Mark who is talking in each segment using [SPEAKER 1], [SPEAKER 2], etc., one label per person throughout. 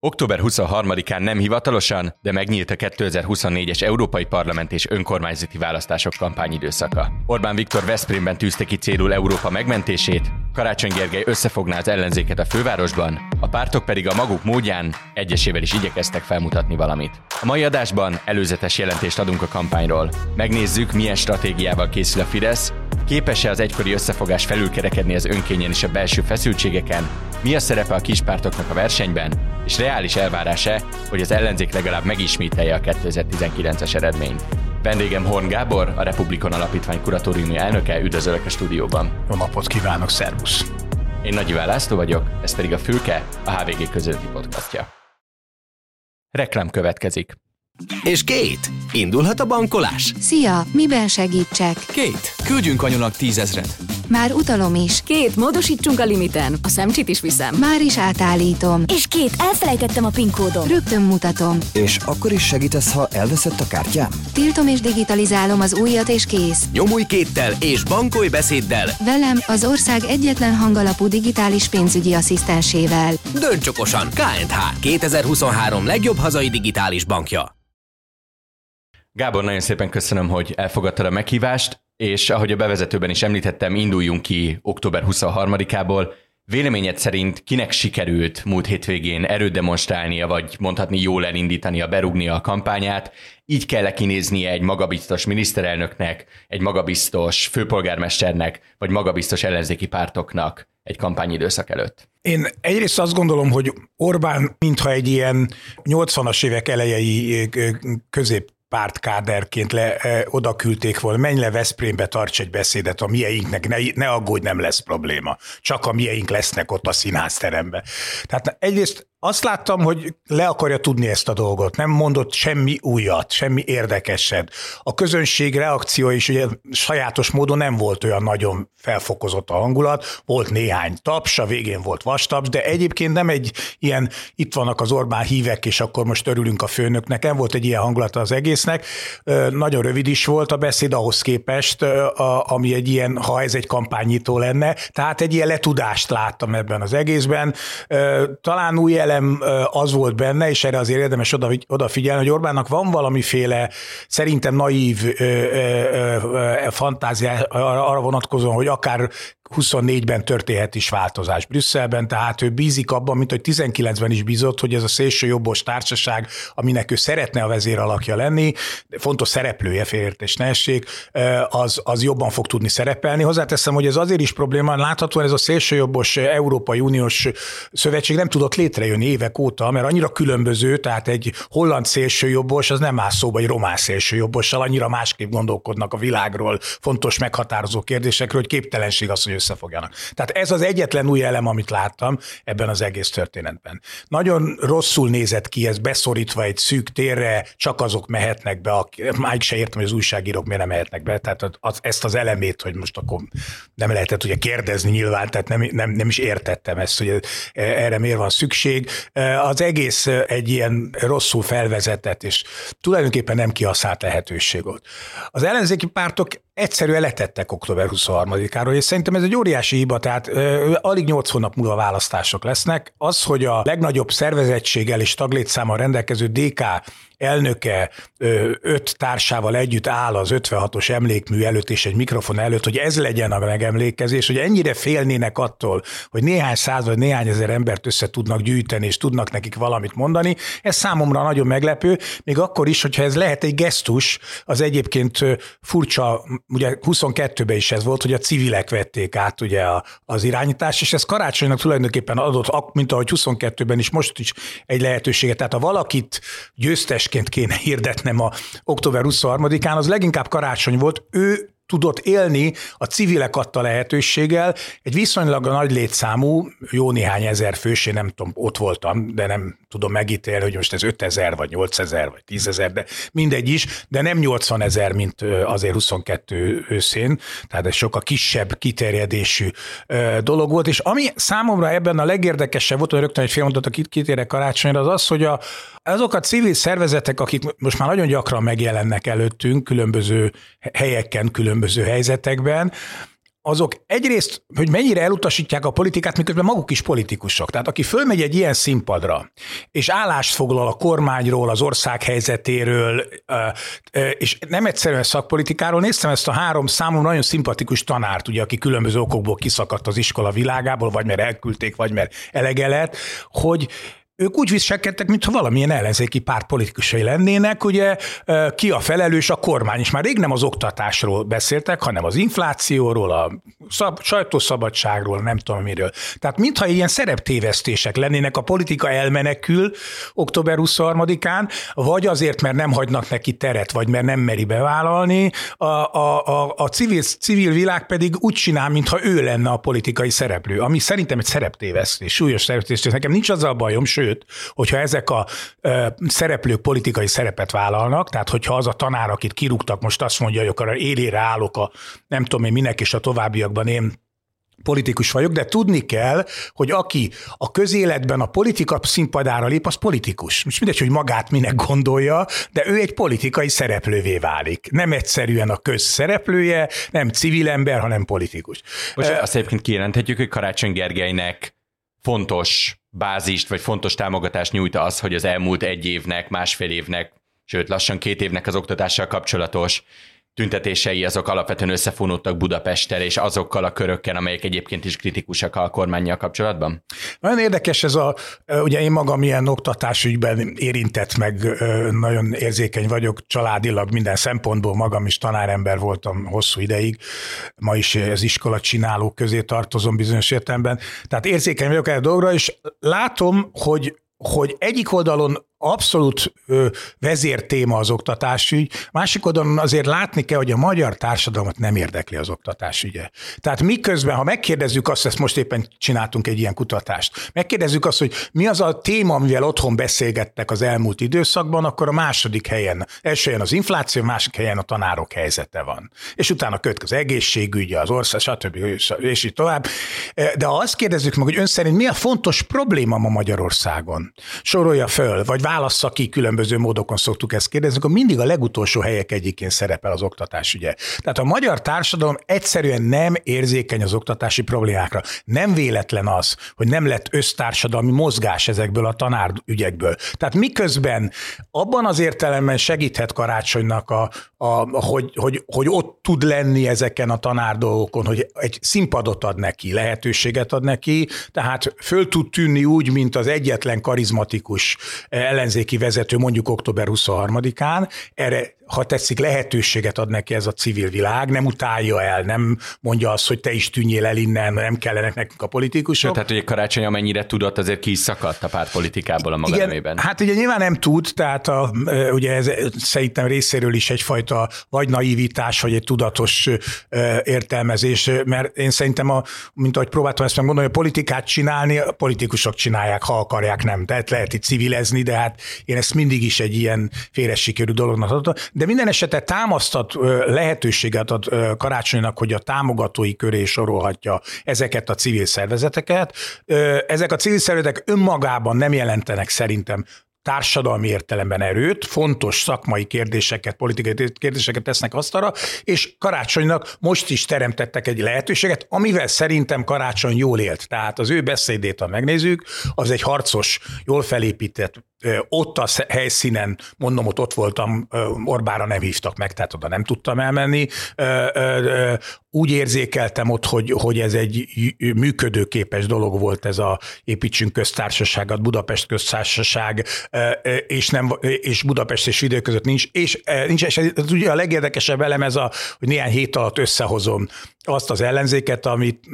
[SPEAKER 1] Október 23-án nem hivatalosan, de megnyílt a 2024-es Európai Parlament és önkormányzati választások kampányidőszaka. Orbán Viktor Veszprémben tűzte ki célul Európa megmentését, Karácsony Gergely összefogná az ellenzéket a fővárosban, a pártok pedig a maguk módján egyesével is igyekeztek felmutatni valamit. A mai adásban előzetes jelentést adunk a kampányról. Megnézzük, milyen stratégiával készül a Fidesz, képes-e az egykori összefogás felülkerekedni az önkényen és a belső feszültségeken, mi a szerepe a kispártoknak a versenyben, és reális elvárása, hogy az ellenzék legalább megismételje a 2019-es eredményt. Vendégem Horn Gábor, a Republikon Alapítvány kuratóriumi elnöke, üdvözöllek a stúdióban.
[SPEAKER 2] Jó napot kívánok, szervusz!
[SPEAKER 1] Én Nagy Iván László vagyok, ez pedig a Fülke, a HVG közéleti podcastja. Reklám következik.
[SPEAKER 3] És Kate, indulhat a bankolás?
[SPEAKER 4] Szia, miben segítsek?
[SPEAKER 3] Kate, küldjünk anyunak 10 000.
[SPEAKER 4] Már utalom is.
[SPEAKER 5] Kate, módosítsunk a limiten. A szemcsit is viszem.
[SPEAKER 4] Már is átállítom.
[SPEAKER 5] És Kate, elfelejtettem a PIN kódom.
[SPEAKER 4] Rögtön mutatom.
[SPEAKER 6] És akkor is segítesz, ha elveszett a kártyám?
[SPEAKER 4] Tiltom és digitalizálom az újat és kész.
[SPEAKER 3] Nyomulj Kate-tel és bankolj beszéddel.
[SPEAKER 4] Velem, az ország egyetlen hangalapú digitális pénzügyi asszisztensével.
[SPEAKER 3] Dönts okosan, KNH, 2023 legjobb hazai digitális bankja.
[SPEAKER 1] Gábor, nagyon szépen köszönöm, hogy elfogadtad a meghívást, és ahogy a bevezetőben is említettem, induljunk ki október 23-ából. Véleményed szerint kinek sikerült múlt hétvégén erőt demonstrálnia, vagy mondhatni jól elindítania, berúgnia a kampányát? Így kell kinéznie egy magabiztos miniszterelnöknek, egy magabiztos főpolgármesternek, vagy magabiztos ellenzéki pártoknak egy kampányidőszak előtt?
[SPEAKER 2] Én egyrészt azt gondolom, hogy Orbán mintha egy ilyen 80-as évek elejei pártkáderként oda küldték volna, menj le Veszprémbe, tarts egy beszédet a mieinknek, ne aggódj, nem lesz probléma. Csak a mieink lesznek ott a színházteremben. Tehát egyrészt azt láttam, hogy le akarja tudni ezt a dolgot, nem mondott semmi újat, semmi érdekeset. A közönség reakció is ugye sajátos módon nem volt olyan nagyon felfokozott a hangulat, volt néhány taps, a végén volt vastaps, de egyébként nem egy ilyen, itt vannak az Orbán hívek, és akkor most örülünk a főnöknek, nem volt egy ilyen hangulata az egésznek. Nagyon rövid is volt a beszéd ahhoz képest, ami egy ilyen, ha ez egy kampánynyitó lenne, tehát egy ilyen letudást láttam ebben az egészben. Talán új elem az volt benne, és erre azért érdemes odafigyelni, hogy Orbánnak van valamiféle szerintem naív fantázia arra vonatkozóan, hogy akár 24-ben történhet is változás Brüsszelben, tehát ő bízik abban, mint hogy 19-ben is bízott, hogy ez a szélsőjobbos társaság, aminek ő szeretne a vezéralakja lenni, fontos szereplője, félreértés ne essék, az jobban fog tudni szerepelni. Hozzáteszem, hogy ez azért is probléma, láthatóan ez a szélsőjobbos Európai Uniós Szövetség nem tudott létrejönni évek óta, mert annyira különböző, tehát egy holland szélsőjobbos, az nem áll szóba egy román szélsőjobbossal, annyira másképp gondolkodnak a világról, fontos meghatározó kérdésekről, hogy képtelenség az, hogy összefogjanak. Tehát ez az egyetlen új elem, amit láttam ebben az egész történetben. Nagyon rosszul nézett ki ez beszorítva egy szűk térre, csak azok mehetnek be, máig se értem, hogy az újságírók miért nem mehetnek be, tehát ezt az elemét, hogy most akkor nem lehetett ugye kérdezni nyilván, tehát nem is értettem ezt, hogy erre miért van szükség. Az egész egy ilyen rosszul felvezetett, és tulajdonképpen nem kihasznált lehetőség volt. Az ellenzéki pártok egyszerűen letettek október 23-áról, és szerintem ez egy óriási hiba, tehát alig 8 hónap múlva választások lesznek. Az, hogy a legnagyobb szervezettséggel és taglétszámmal rendelkező DK elnöke 5 társával együtt áll az 56-os emlékmű előtt és egy mikrofon előtt, hogy ez legyen a megemlékezés, hogy ennyire félnének attól, hogy néhány száz vagy néhány ezer embert össze tudnak gyűjteni, és tudnak nekik valamit mondani. Ez számomra nagyon meglepő, még akkor is, hogyha ez lehet egy gesztus, az egyébként furcsa, ugye 22-ben is ez volt, hogy a civilek vették át ugye az irányítást, és ez Karácsonynak tulajdonképpen adott, mint ahogy 22-ben is, most is egy lehetőséget. Tehát ha valakit győztesként kéne hirdetnem a október 23-án, az leginkább Karácsony volt, ő tudott élni a civilek adta lehetőséggel, egy viszonylag nagy létszámú, jó néhány ezer fős, én nem tudom, ott voltam, de nem tudom megítélni, hogy most ez 5000 vagy 8000 vagy 10 000, de mindegy is, de nem 80 000, mint azért 22 őszén, tehát ez sokkal kisebb kiterjedésű dolog volt, és ami számomra ebben a legérdekesebb volt, hogy rögtön egy fél mondatot kitérek Karácsonyra, az az, hogy azok a civil szervezetek, akik most már nagyon gyakran megjelennek előttünk különböző helyeken, különböző helyzetekben, azok egyrészt, hogy mennyire elutasítják a politikát, miközben maguk is politikusok. Tehát aki fölmegy egy ilyen színpadra, és állást foglal a kormányról, az ország helyzetéről, és nem egyszerűen szakpolitikáról, néztem ezt a 3 számomra nagyon szimpatikus tanárt, ugye, aki különböző okokból kiszakadt az iskola világából, vagy mert elküldték, vagy mert elege lett, hogy ők úgy viselkedtek, mintha valamilyen ellenzéki párt politikusai lennének, ugye ki a felelős, a kormány, és már rég nem az oktatásról beszéltek, hanem az inflációról, a sajtószabadságról, nem tudom miről. Tehát mintha ilyen szereptévesztések lennének, a politika elmenekül október 23-án, vagy azért, mert nem hagynak neki teret, vagy mert nem meri bevállalni, a civil világ pedig úgy csinál, mintha ő lenne a politikai szereplő, ami szerintem egy szereptévesztés, súlyos szereptévesztés. Nekem nincs azzal bajom, sőt, hogyha ezek a szereplők politikai szerepet vállalnak, tehát hogyha az a tanár, akit kirúgtak, most azt mondja, hogy akkor élére állok a nem tudom én minek, és a továbbiakban én politikus vagyok, de tudni kell, hogy aki a közéletben a politika színpadára lép, az politikus. Most mindegy, hogy magát minek gondolja, de ő egy politikai szereplővé válik. Nem egyszerűen a közszereplője, nem civil ember, hanem politikus.
[SPEAKER 1] Most azt egyébként kijelenthetjük, hogy Karácsony Gergelynek fontos bázist, vagy fontos támogatást nyújt az, hogy az elmúlt 1 évnek, másfél évnek, sőt lassan 2 évnek az oktatással kapcsolatos tüntetései azok alapvetően összefonódtak Budapesttel, és azokkal a körökkel, amelyek egyébként is kritikusak a kormánnyal kapcsolatban?
[SPEAKER 2] Nagyon érdekes ez ugye én magam ilyen oktatásügyben érintett meg, nagyon érzékeny vagyok, családilag minden szempontból, magam is tanárember voltam hosszú ideig, ma is az iskola csinálók közé tartozom bizonyos értelemben, tehát érzékeny vagyok erre a dolgra, és látom, hogy egyik oldalon abszolút vezértéma az oktatásügy, másik oldalon azért látni kell, hogy a magyar társadalmat nem érdekli az oktatásügye. Tehát miközben, ha megkérdezzük azt, ezt most éppen csináltunk egy ilyen kutatást, megkérdezzük azt, hogy mi az a téma, amivel otthon beszélgettek az elmúlt időszakban, akkor a második helyen, első helyen az infláció, másik helyen a tanárok helyzete van. És utána következik az egészségügy, az ország, stb. És így tovább. De ha azt kérdezzük meg, hogy ön szerint mi a fontos probléma ma Magyarországon, sorolja föl, vagy válassza ki, különböző módokon szoktuk ezt kérdezni, akkor mindig a legutolsó helyek egyikén szerepel az oktatásügye. Tehát a magyar társadalom egyszerűen nem érzékeny az oktatási problémákra. Nem véletlen az, hogy nem lett össztársadalmi mozgás ezekből a tanárügyekből. Tehát miközben abban az értelemben segíthet Karácsonynak, hogy ott tud lenni ezeken a tanárdolgokon, hogy egy színpadot ad neki, lehetőséget ad neki, tehát föl tud tűnni úgy, mint az egyetlen karizmatikus ellenzéki vezető mondjuk október 23-án, erre, ha tetszik, lehetőséget ad neki ez a civil világ, nem utálja el, nem mondja azt, hogy te is tűnjél el innen, nem kellenek nekünk a politikusok.
[SPEAKER 1] Tehát, hogy Karácsony amennyire tudott, azért ki is szakadt a pártpolitikából a maga nemében.
[SPEAKER 2] Hát ugye nyilván nem tud, tehát ugye ez szerintem részéről is egyfajta vagy naivitás, vagy egy tudatos értelmezés, mert én szerintem, mint ahogy próbáltam ezt megmondani, a politikát csinálni, a politikusok csinálják, ha akarják, nem. Tehát lehet itt civilezni, de hát én ezt mindig is egy ilyen félresikerű dolognak adtam. De minden esetre támasztat lehetőséget ad Karácsonynak, hogy a támogatói köré sorolhatja ezeket a civil szervezeteket. Ezek a civil szervezetek önmagában nem jelentenek szerintem társadalmi értelemben erőt, fontos szakmai kérdéseket, politikai kérdéseket tesznek asztalra, és Karácsonynak most is teremtettek egy lehetőséget, amivel szerintem Karácsony jól élt. Tehát az ő beszédét, ha megnézzük, az egy harcos, jól felépített, ott a helyszínen, mondom, ott voltam, Orbánra nem hívtak meg, tehát oda nem tudtam elmenni. Úgy érzékeltem ott, hogy ez egy működőképes dolog volt ez a építsünk köztársaságot, Budapest köztársaság, és Budapest és vidék között nincs. És ez ugye a legérdekesebb elem ez, hogy néhány hét alatt összehozom azt az ellenzéket,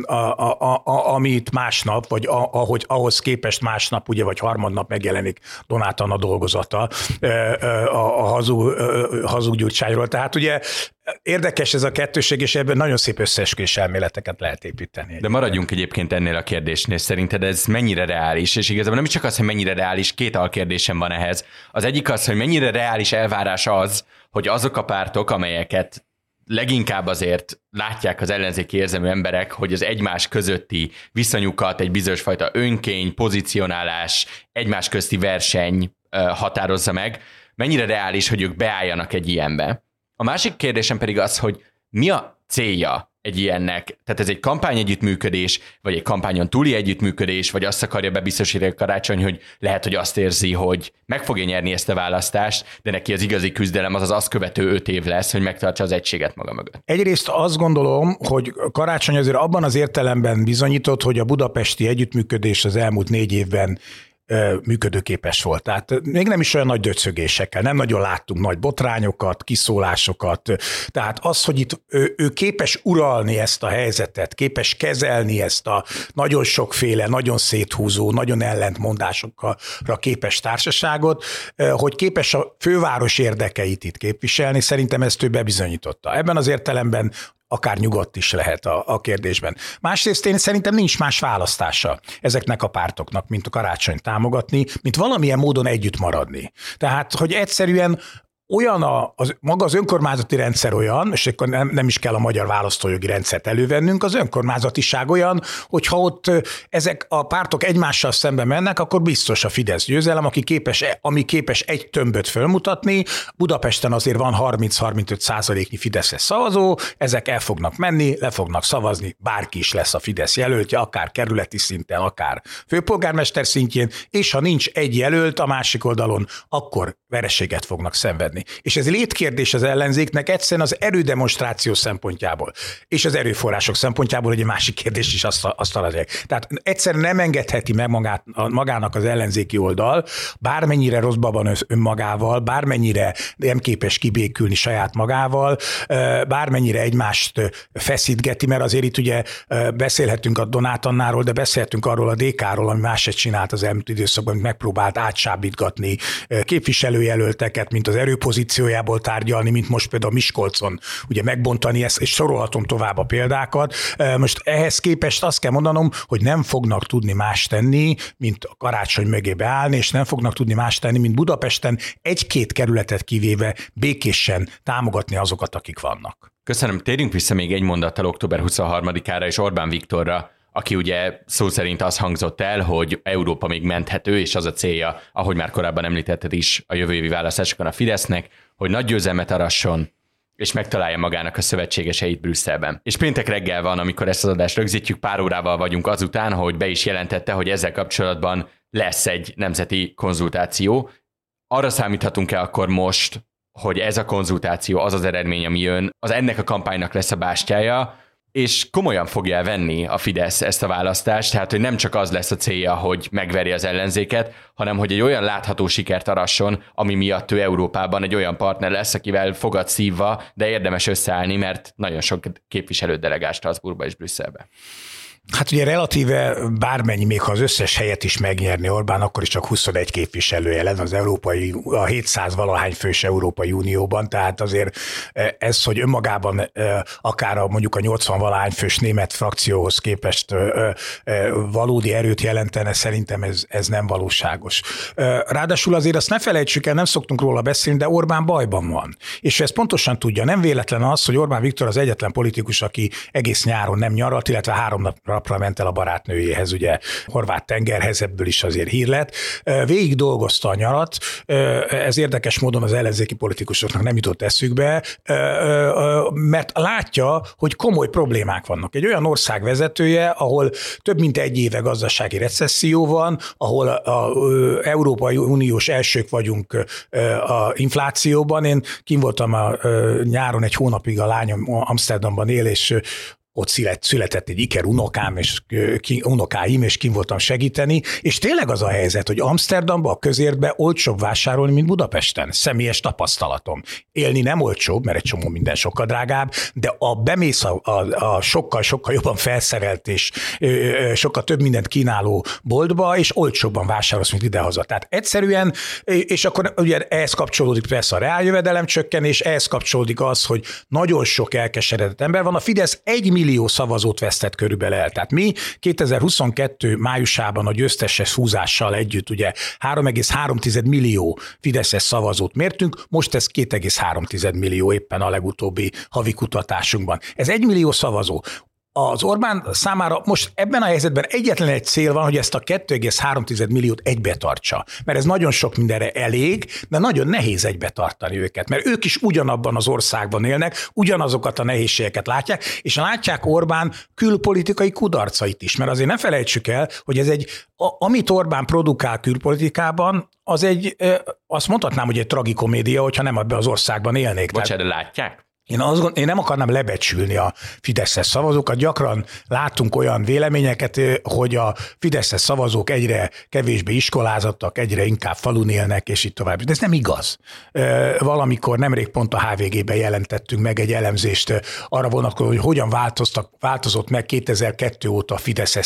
[SPEAKER 2] amit másnap, vagy ahhoz képest másnap, ugye, vagy harmadnap megjelenik Donát Anna dolgozata a hazug Gyurcsányról. Tehát ugye érdekes ez a kettőség, és ebben nagyon szép összeesküvés elméleteket lehet építeni.
[SPEAKER 1] De maradjunk egyébként ennél a kérdésnél. Szerinted ez mennyire reális? És igazából nem csak az, hogy mennyire reális, 2 alkérdésem van ehhez. Az egyik az, hogy mennyire reális elvárás az, hogy azok a pártok, amelyeket leginkább azért látják az ellenzéki érzelmű emberek, hogy az egymás közötti viszonyukat egy bizonyos fajta önkény, pozicionálás, egymás közti verseny határozza meg. Mennyire reális, hogy ők beálljanak egy ilyenbe? A másik kérdésem pedig az, hogy mi a célja egy ilyennek? Tehát ez egy kampány együttműködés, vagy egy kampányon túli együttműködés, vagy azt akarja bebiztosítani Karácsony, hogy lehet, hogy azt érzi, hogy meg fogja nyerni ezt a választást, de neki az igazi küzdelem az azt követő 5 év lesz, hogy megtartsa az egységet maga mögött.
[SPEAKER 2] Egyrészt azt gondolom, hogy Karácsony azért abban az értelemben bizonyított, hogy a budapesti együttműködés az elmúlt 4 évben működőképes volt. Tehát még nem is olyan nagy döcögésekkel, nem nagyon láttunk nagy botrányokat, kiszólásokat. Tehát az, hogy itt ő képes uralni ezt a helyzetet, képes kezelni ezt a nagyon sokféle, nagyon széthúzó, nagyon ellentmondásokra képes társaságot, hogy képes a főváros érdekeit itt képviselni, szerintem ezt ő bebizonyította. Ebben az értelemben akár nyugodt is lehet a kérdésben. Másrészt én szerintem nincs más választása ezeknek a pártoknak, mint a Karácsonyt támogatni, mint valamilyen módon együtt maradni. Tehát, hogy egyszerűen olyan maga az önkormányzati rendszer olyan, és akkor nem is kell a magyar választójogi rendszert elővennünk, az önkormányzatiság olyan, hogyha ott ezek a pártok egymással szembe mennek, akkor biztos a Fidesz győzelem, ami képes egy tömböt fölmutatni. Budapesten azért van 30-35%-nyi fideszes szavazó, ezek el fognak menni, le fognak szavazni, bárki is lesz a Fidesz jelöltje, akár kerületi szinten, akár főpolgármester szintjén, és ha nincs egy jelölt a másik oldalon, akkor vereséget fognak szenvedni. És ez létkérdés az ellenzéknek egyszerűen az erődemonstráció szempontjából, és az erőforrások szempontjából, hogy egy másik kérdés is azt találják. Tehát egyszerűen nem engedheti meg magának az ellenzéki oldal, bármennyire rosszban van önmagával, bármennyire nem képes kibékülni saját magával, bármennyire egymást feszítgeti, mert azért itt ugye beszélhetünk a Donát Annáról, de beszélhetünk arról a DK-ról, ami mást csinált az elmúlt időszakban, hogy megpróbált átsábítgatni képviselőjelölteket, mint az erőpozíciójából tárgyalni, mint most például Miskolcon, ugye megbontani ezt, és sorolhatom tovább a példákat. Most ehhez képest azt kell mondanom, hogy nem fognak tudni más tenni, mint a Karácsony mögé beállni, és nem fognak tudni más tenni, mint Budapesten 1-2 kerületet kivéve békésen támogatni azokat, akik vannak.
[SPEAKER 1] Köszönöm, térjünk vissza még egy mondattal október 23-ára és Orbán Viktorra, aki ugye szó szerint az hangzott el, hogy Európa még menthető, és az a célja, ahogy már korábban említetted is a jövő évi választásokon a Fidesznek, hogy nagy győzelmet arasson, és megtalálja magának a szövetségeseit Brüsszelben. És péntek reggel van, amikor ezt az adást rögzítjük, pár órával vagyunk azután, hogy be is jelentette, hogy ezzel kapcsolatban lesz egy nemzeti konzultáció. Arra számíthatunk-e akkor most, hogy ez a konzultáció, az az eredmény, ami jön, az ennek a kampánynak lesz a bástyája, és komolyan fogja elvenni a Fidesz ezt a választást, tehát hogy nem csak az lesz a célja, hogy megverje az ellenzéket, hanem hogy egy olyan látható sikert arasson, ami miatt ő Európában egy olyan partner lesz, akivel fogad szívva, de érdemes összeállni, mert nagyon sok képviselőt delegál Strasbourgba és Brüsszelbe.
[SPEAKER 2] Hát ugye relatíve bármennyi, még ha az összes helyet is megnyerni Orbán, akkor is csak 21 képviselője lenne a 700 valahány fős Európai Unióban, tehát azért ez, hogy önmagában akár mondjuk a 80 valahány fős német frakcióhoz képest valódi erőt jelentene, szerintem ez nem valóságos. Ráadásul azért azt ne felejtsük el, nem szoktunk róla beszélni, de Orbán bajban van. És ezt pontosan tudja, nem véletlen az, hogy Orbán Viktor az egyetlen politikus, aki egész nyáron nem nyaralt, illetve 3 napra ment el a barátnőjéhez, ugye Horvát-tengerhez, ebből is azért hír lett. Végig dolgozta a nyarat, ez érdekes módon az ellenzéki politikusoknak nem jutott eszükbe, mert látja, hogy komoly problémák vannak. Egy olyan ország vezetője, ahol több mint 1 éve gazdasági recesszió van, ahol az Európai Uniós elsők vagyunk a inflációban. Én kim voltam nyáron 1 hónapig, a lányom Amsterdamban él, és ott született egy iker unokáim, és kim voltam segíteni, és tényleg az a helyzet, hogy Amsterdamban, a közértben olcsóbb vásárolni, mint Budapesten. Személyes tapasztalatom. Élni nem olcsóbb, mert egy csomó minden sokkal drágább, de bemész a sokkal-sokkal jobban felszerelt és sokkal több mindent kínáló boltba, és olcsóbban vásárolsz, mint idehaza. Tehát egyszerűen, és akkor ugye ehhez kapcsolódik persze a reáljövedelem csökkenés, ehhez kapcsolódik az, hogy nagyon sok elkeseredett ember van. A Fidesz 1 millió szavazót vesztett körülbelül el. Tehát mi 2022 májusában a győzteses húzással együtt ugye 3,3 millió fideszes szavazót mértünk, most ez 2,3 millió éppen a legutóbbi havi kutatásunkban. Ez 1 millió szavazó. az Orbán számára most ebben a helyzetben egyetlen egy cél van, hogy ezt a 2,3 milliót egybe tartsa. Mert ez nagyon sok mindenre elég, de nagyon nehéz egybe tartani őket. Mert ők is ugyanabban az országban élnek, ugyanazokat a nehézségeket látják, és látják Orbán külpolitikai kudarcait is. Mert azért ne felejtsük el, hogy ez amit Orbán produkál külpolitikában, azt mondhatnám, hogy egy tragikomédia, hogyha nem ebben az országban élnék.
[SPEAKER 1] Bocsánat, látják?
[SPEAKER 2] Én nem akarnám lebecsülni a fideszes szavazókat. Gyakran látunk olyan véleményeket, hogy a fideszes szavazók egyre kevésbé iskolázottak, egyre inkább falun élnek, és így tovább. De ez nem igaz. Valamikor nemrég pont a HVG-ben jelentettünk meg egy elemzést arra vonatkozóan, hogy hogyan változott meg 2002 óta a fideszes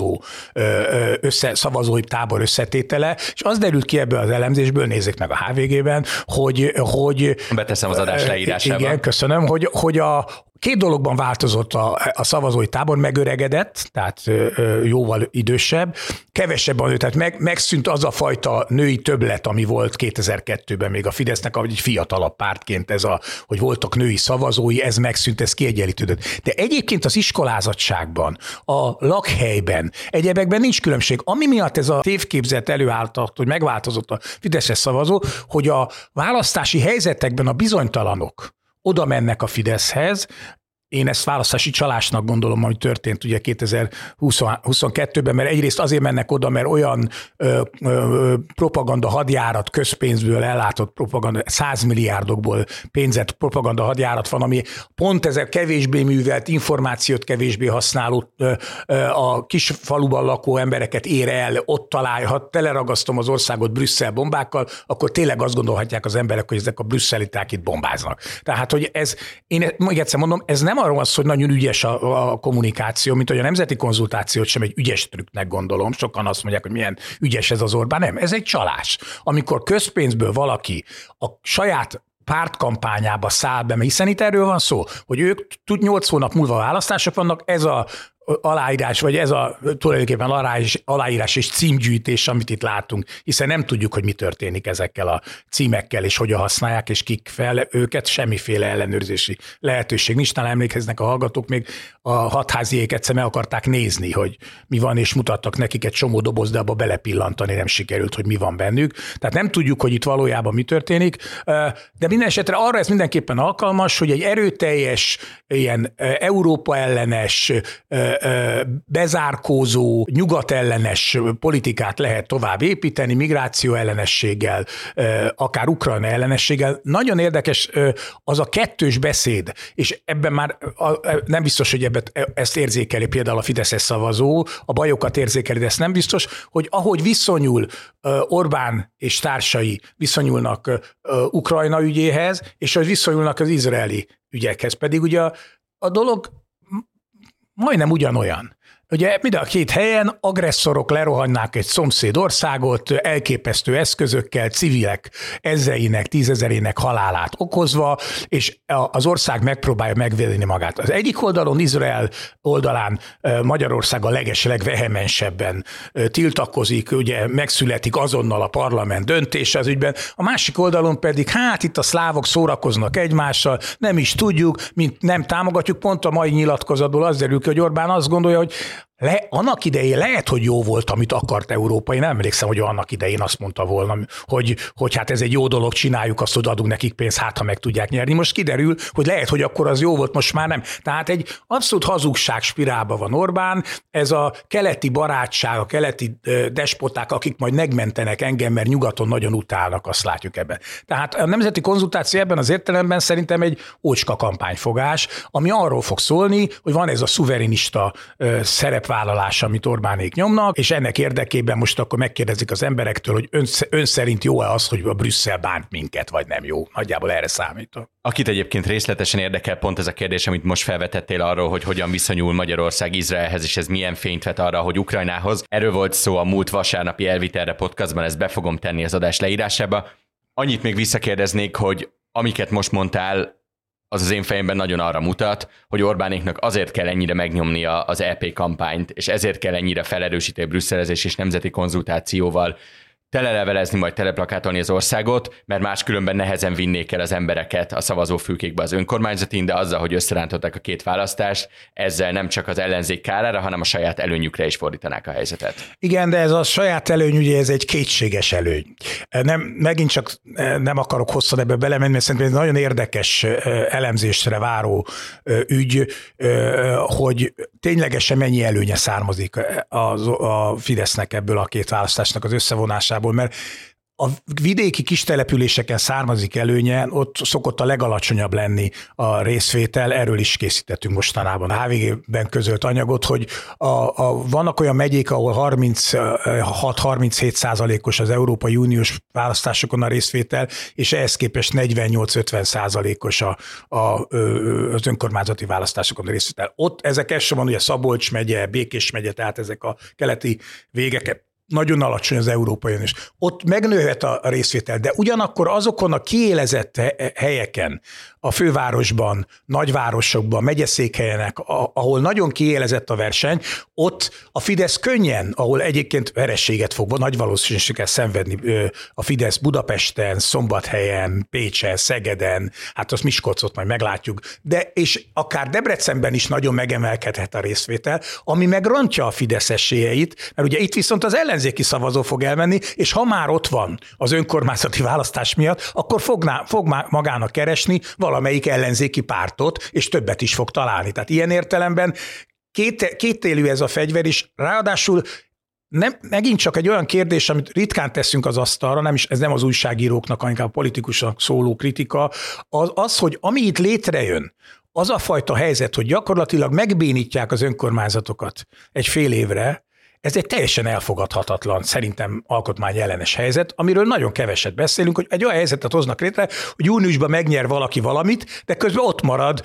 [SPEAKER 2] szavazói tábor összetétele, és az derült ki ebből az elemzésből, nézzék meg a HVG-ben, hogy
[SPEAKER 1] beteszem az adás leírásába.
[SPEAKER 2] Igen, köszönöm, hogy a két dologban változott a szavazói tábor, megöregedett, tehát jóval idősebb, kevesebb a nő, tehát megszűnt az a fajta női többlet, ami volt 2002-ben még a Fidesznek, ahogy egy fiatalabb pártként hogy voltak női szavazói, ez megszűnt, ez kiegyenlítődött. De egyébként az iskolázatságban, a lakhelyben, egyebekben nincs különbség. Ami miatt ez a tévképzet előállt, hogy megváltozott a fideszes szavazó, hogy a választási helyzetekben a bizonytalanok oda mennek a Fideszhez. Én ezt választási csalásnak gondolom, ami történt ugye 2022-ben, mert egyrészt azért mennek oda, mert olyan propaganda hadjárat, közpénzből ellátott propaganda, 100 milliárdokból pénzett propaganda hadjárat van, ami pont ezek kevésbé művelt, információt kevésbé használó, a kis faluban lakó embereket ér el, ott találja, ha teleragasztom az országot Brüsszel bombákkal, akkor tényleg azt gondolhatják az emberek, hogy ezek a brüsszeliták itt bombáznak. Tehát, hogy én még egyszer mondom, ez nem arról az, hogy nagyon ügyes a kommunikáció, mint hogy a nemzeti konzultációt sem egy ügyes trükknek gondolom. Sokan azt mondják, hogy milyen ügyes ez az Orbán. Nem, ez egy csalás. Amikor közpénzből valaki a saját pártkampányába száll be, hiszen itt erről van szó, hogy ők 8 hónap múlva választások vannak, ez a aláírás, vagy ez a tulajdonképpen aláírás és címgyűjtés, amit itt látunk, hiszen nem tudjuk, hogy mi történik ezekkel a címekkel, és hogyan használják, és kik fel őket, semmiféle ellenőrzési lehetőség nincs. Talán emlékeznek a hallgatók, még a hatháziék egyszer meg akarták nézni, hogy mi van, és mutattak nekik egy csomó doboz, de abba belepillantani nem sikerült, hogy mi van bennük. Tehát nem tudjuk, hogy itt valójában mi történik, de minden esetre arra ez mindenképpen alkalmas, hogy egy erőteljes, ilyen Európa ellenes, bezárkózó, nyugatellenes politikát lehet tovább építeni, migráció ellenességgel, akár Ukrajna ellenességgel. Nagyon érdekes az a kettős beszéd, és ebben már nem biztos, hogy ezt érzékeli például a fideszes szavazó, a bajokat érzékeli, de ezt nem biztos, hogy ahogy viszonyul Orbán és társai viszonyulnak Ukrajna ügyéhez, és hogy viszonyulnak az izraeli ügyekhez. Pedig ugye a dolog majdnem ugyanolyan. Ugye mind a két helyen agresszorok lerohannák egy szomszéd országot elképesztő eszközökkel, civilek ezreinek, 10 000-ének halálát okozva, és az ország megpróbálja megvédeni magát. Az egyik oldalon, Izrael oldalán Magyarország a legvehemensebben tiltakozik, ugye megszületik azonnal a parlament döntése az ügyben, a másik oldalon pedig itt a szlávok szórakoznak egymással, nem is tudjuk, mint nem támogatjuk, pont a mai nyilatkozatból az derül ki, hogy Orbán azt gondolja, hogy annak idején lehet, hogy jó volt, amit akart Európa. Én nem emlékszem, hogy annak idején azt mondta volna, hogy hát ez egy jó dolog, csináljuk azt, hogy adunk nekik pénzt, ha meg tudják nyerni. Most kiderül, hogy lehet, hogy akkor az jó volt, most már nem. Tehát egy abszolút hazugság spirálban van Orbán, ez a keleti barátság, a keleti despoták, akik majd megmentenek engem, mert nyugaton nagyon utálnak, azt látjuk ebben. Tehát a nemzeti konzultáció ebben az értelemben szerintem egy ócska kampányfogás, ami arról fog szólni, hogy van ez a szuverenista szerepvállalás, amit Orbánék nyomnak, és ennek érdekében most akkor megkérdezik az emberektől, hogy ön szerint jó-e az, hogy a Brüsszel bánt minket, vagy nem jó. Nagyjából erre számítok.
[SPEAKER 1] Akit egyébként részletesen érdekel pont ez a kérdés, amit most felvetettél arról, hogy hogyan viszonyul Magyarország Izraelhez, és ez milyen fényt vet arra, hogy Ukrajnához. Erről volt szó a múlt vasárnapi Elvitelre podcastban, ezt be fogom tenni az adás leírásába. Annyit még visszakérdeznék, hogy amiket most mondtál, az én fejemben nagyon arra mutat, hogy Orbánéknak azért kell ennyire megnyomnia az EP kampányt, és ezért kell ennyire felerősíteni brüsszelezés és nemzeti konzultációval telelevelezni, majd teleplakátolni az országot, mert máskülönben nehezen vinnék el az embereket a szavazófülkékbe az önkormányzatin, de azzal, hogy összerántották a két választást, ezzel nem csak az ellenzék kárára, hanem a saját előnyükre is fordítanák a helyzetet.
[SPEAKER 2] Igen, de ez a saját előny, ugye ez egy kétséges előny. Megint csak nem akarok hosszan ebbe belemenni, mert szerintem ez nagyon érdekes elemzésre váró ügy, hogy ténylegesen mennyi előnye származik a Fidesznek ebből a két választásnak az összevonásából, mert a vidéki kistelepüléseken származik előnye, ott szokott a legalacsonyabb lenni a részvétel, erről is készítettünk mostanában a HVG-ben közölt anyagot, hogy vannak olyan megyék, ahol 36-37% az Európai Uniós választásokon a részvétel, és ehhez képest 48-50% az önkormányzati választásokon a részvétel. Ott ezek elsősorban ugye Szabolcs megye, Békés megye, tehát ezek a keleti végeket, nagyon alacsony az Európai Uniós. Ott megnőhet a részvétel, de ugyanakkor azokon a kiélezett helyeken, a fővárosban, nagyvárosokban, megyeszékhelyenek, ahol nagyon kiélezett a verseny, ott a Fidesz könnyen, ahol egyébként vereséget fog nagy valószínűséggel szenvedni a Fidesz Budapesten, Szombathelyen, Pécsen, Szegeden, hát azt Miskolcot majd meglátjuk, de és akár Debrecenben is nagyon megemelkedhet a részvétel, ami megrontja a Fidesz esélyeit, mert ugye itt viszont az ellenzéki szavazó fog elmenni, és ha már ott van az önkormányzati választás miatt, akkor fog magának keresni valamelyik ellenzéki pártot, és többet is fog találni. Tehát ilyen értelemben kétélű ez a fegyver, és ráadásul megint csak egy olyan kérdés, amit ritkán teszünk az asztalra, ez nem az újságíróknak, hanem inkább a politikusnak szóló kritika, az, hogy ami itt létrejön, az a fajta helyzet, hogy gyakorlatilag megbénítják az önkormányzatokat egy fél évre, ez egy teljesen elfogadhatatlan, szerintem alkotmányellenes helyzet, amiről nagyon keveset beszélünk, hogy egy olyan helyzetet hoznak létre, hogy júniusban megnyer valaki valamit, de közben ott marad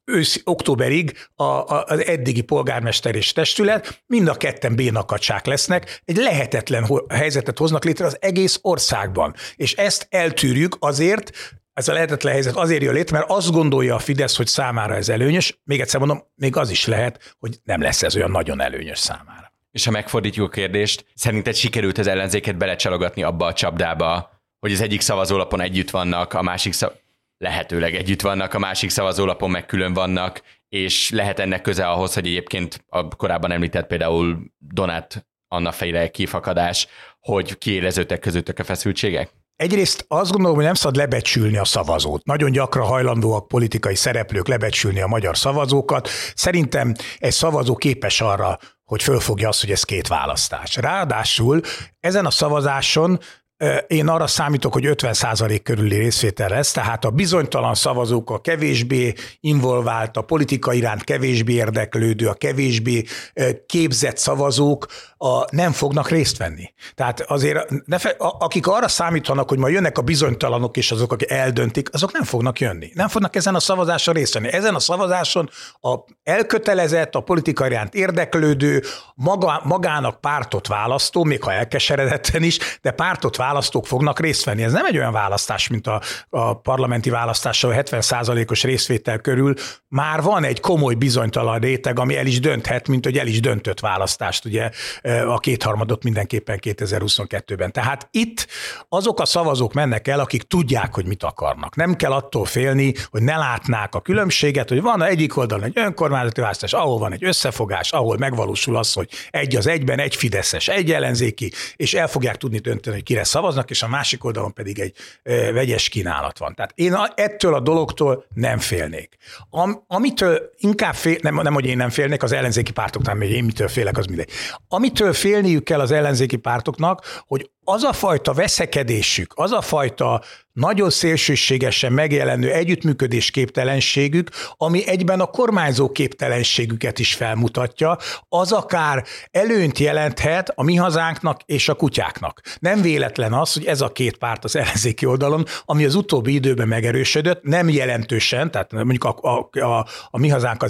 [SPEAKER 2] októberig az eddigi polgármester és testület, mind a ketten bénakacsák lesznek, egy lehetetlen helyzetet hoznak létre az egész országban. És ezt eltűrjük azért, ez a lehetetlen helyzet azért jön létre, mert azt gondolja a Fidesz, hogy számára ez előnyös, még egyszer mondom, még az is lehet, hogy nem lesz ez olyan nagyon előnyös számára.
[SPEAKER 1] És ha megfordítjuk a kérdést, szerinted sikerült az ellenzéket belecsalogatni abba a csapdába, hogy az egyik szavazólapon együtt vannak, a másik lehetőleg együtt vannak, a másik szavazólapon meg külön vannak, és lehet ennek köze ahhoz, hogy egyébként a korábban említett például Donát Anna féle kifakadás, hogy kiéleződtek közöttök a feszültségek?
[SPEAKER 2] Egyrészt azt gondolom, hogy nem szabad lebecsülni a szavazót. Nagyon gyakran hajlandóak politikai szereplők lebecsülni a magyar szavazókat. Szerintem egy szavazó képes arra, hogy fölfogja azt, hogy ez két választás. Ráadásul ezen a szavazáson én arra számítok, hogy 50% körüli részvétel lesz, tehát a bizonytalan szavazók, a kevésbé involvált, a politika iránt kevésbé érdeklődő, a kevésbé képzett szavazók nem fognak részt venni. Tehát azért, akik arra számítanak, hogy majd jönnek a bizonytalanok és azok, akik eldöntik, azok nem fognak jönni. Nem fognak ezen a szavazáson részt venni. Ezen a szavazáson a elkötelezett, a politika iránt érdeklődő, magának pártot választó, még ha elkeseredetten is, de pártot választók fognak részt venni. Ez nem egy olyan választás, mint a parlamenti választással 70%-os részvétel körül. Már van egy komoly bizonytalan réteg, ami el is dönthet, mint hogy el is döntött választást, ugye a kétharmadot mindenképpen 2022-ben. Tehát itt azok a szavazók mennek el, akik tudják, hogy mit akarnak. Nem kell attól félni, hogy ne látnák a különbséget, hogy van egyik oldalon egy önkormányzati választás, ahol van egy összefogás, ahol megvalósul az, hogy egy az egyben, egy fideszes, egy ellenzéki, és el fogják tudni dönteni, hogy kire szavaznak, és a másik oldalon pedig egy vegyes kínálat van. Tehát én ettől a dologtól nem félnék. Amitől inkább nem, hogy én nem félnék, az ellenzéki pártoknál, hogy én mitől félek, az mindegy. Amitől félniük kell az ellenzéki pártoknak, hogy az a fajta veszekedésük, az a fajta nagyon szélsőségesen megjelenő együttműködés képtelenségük, ami egyben a kormányzó képtelenségüket is felmutatja, az akár előnyt jelenthet a mi hazánknak és a kutyáknak. Nem véletlen az, hogy ez a két párt az ellenzéki oldalon, ami az utóbbi időben megerősödött, nem jelentősen, tehát mondjuk a mi hazánk azért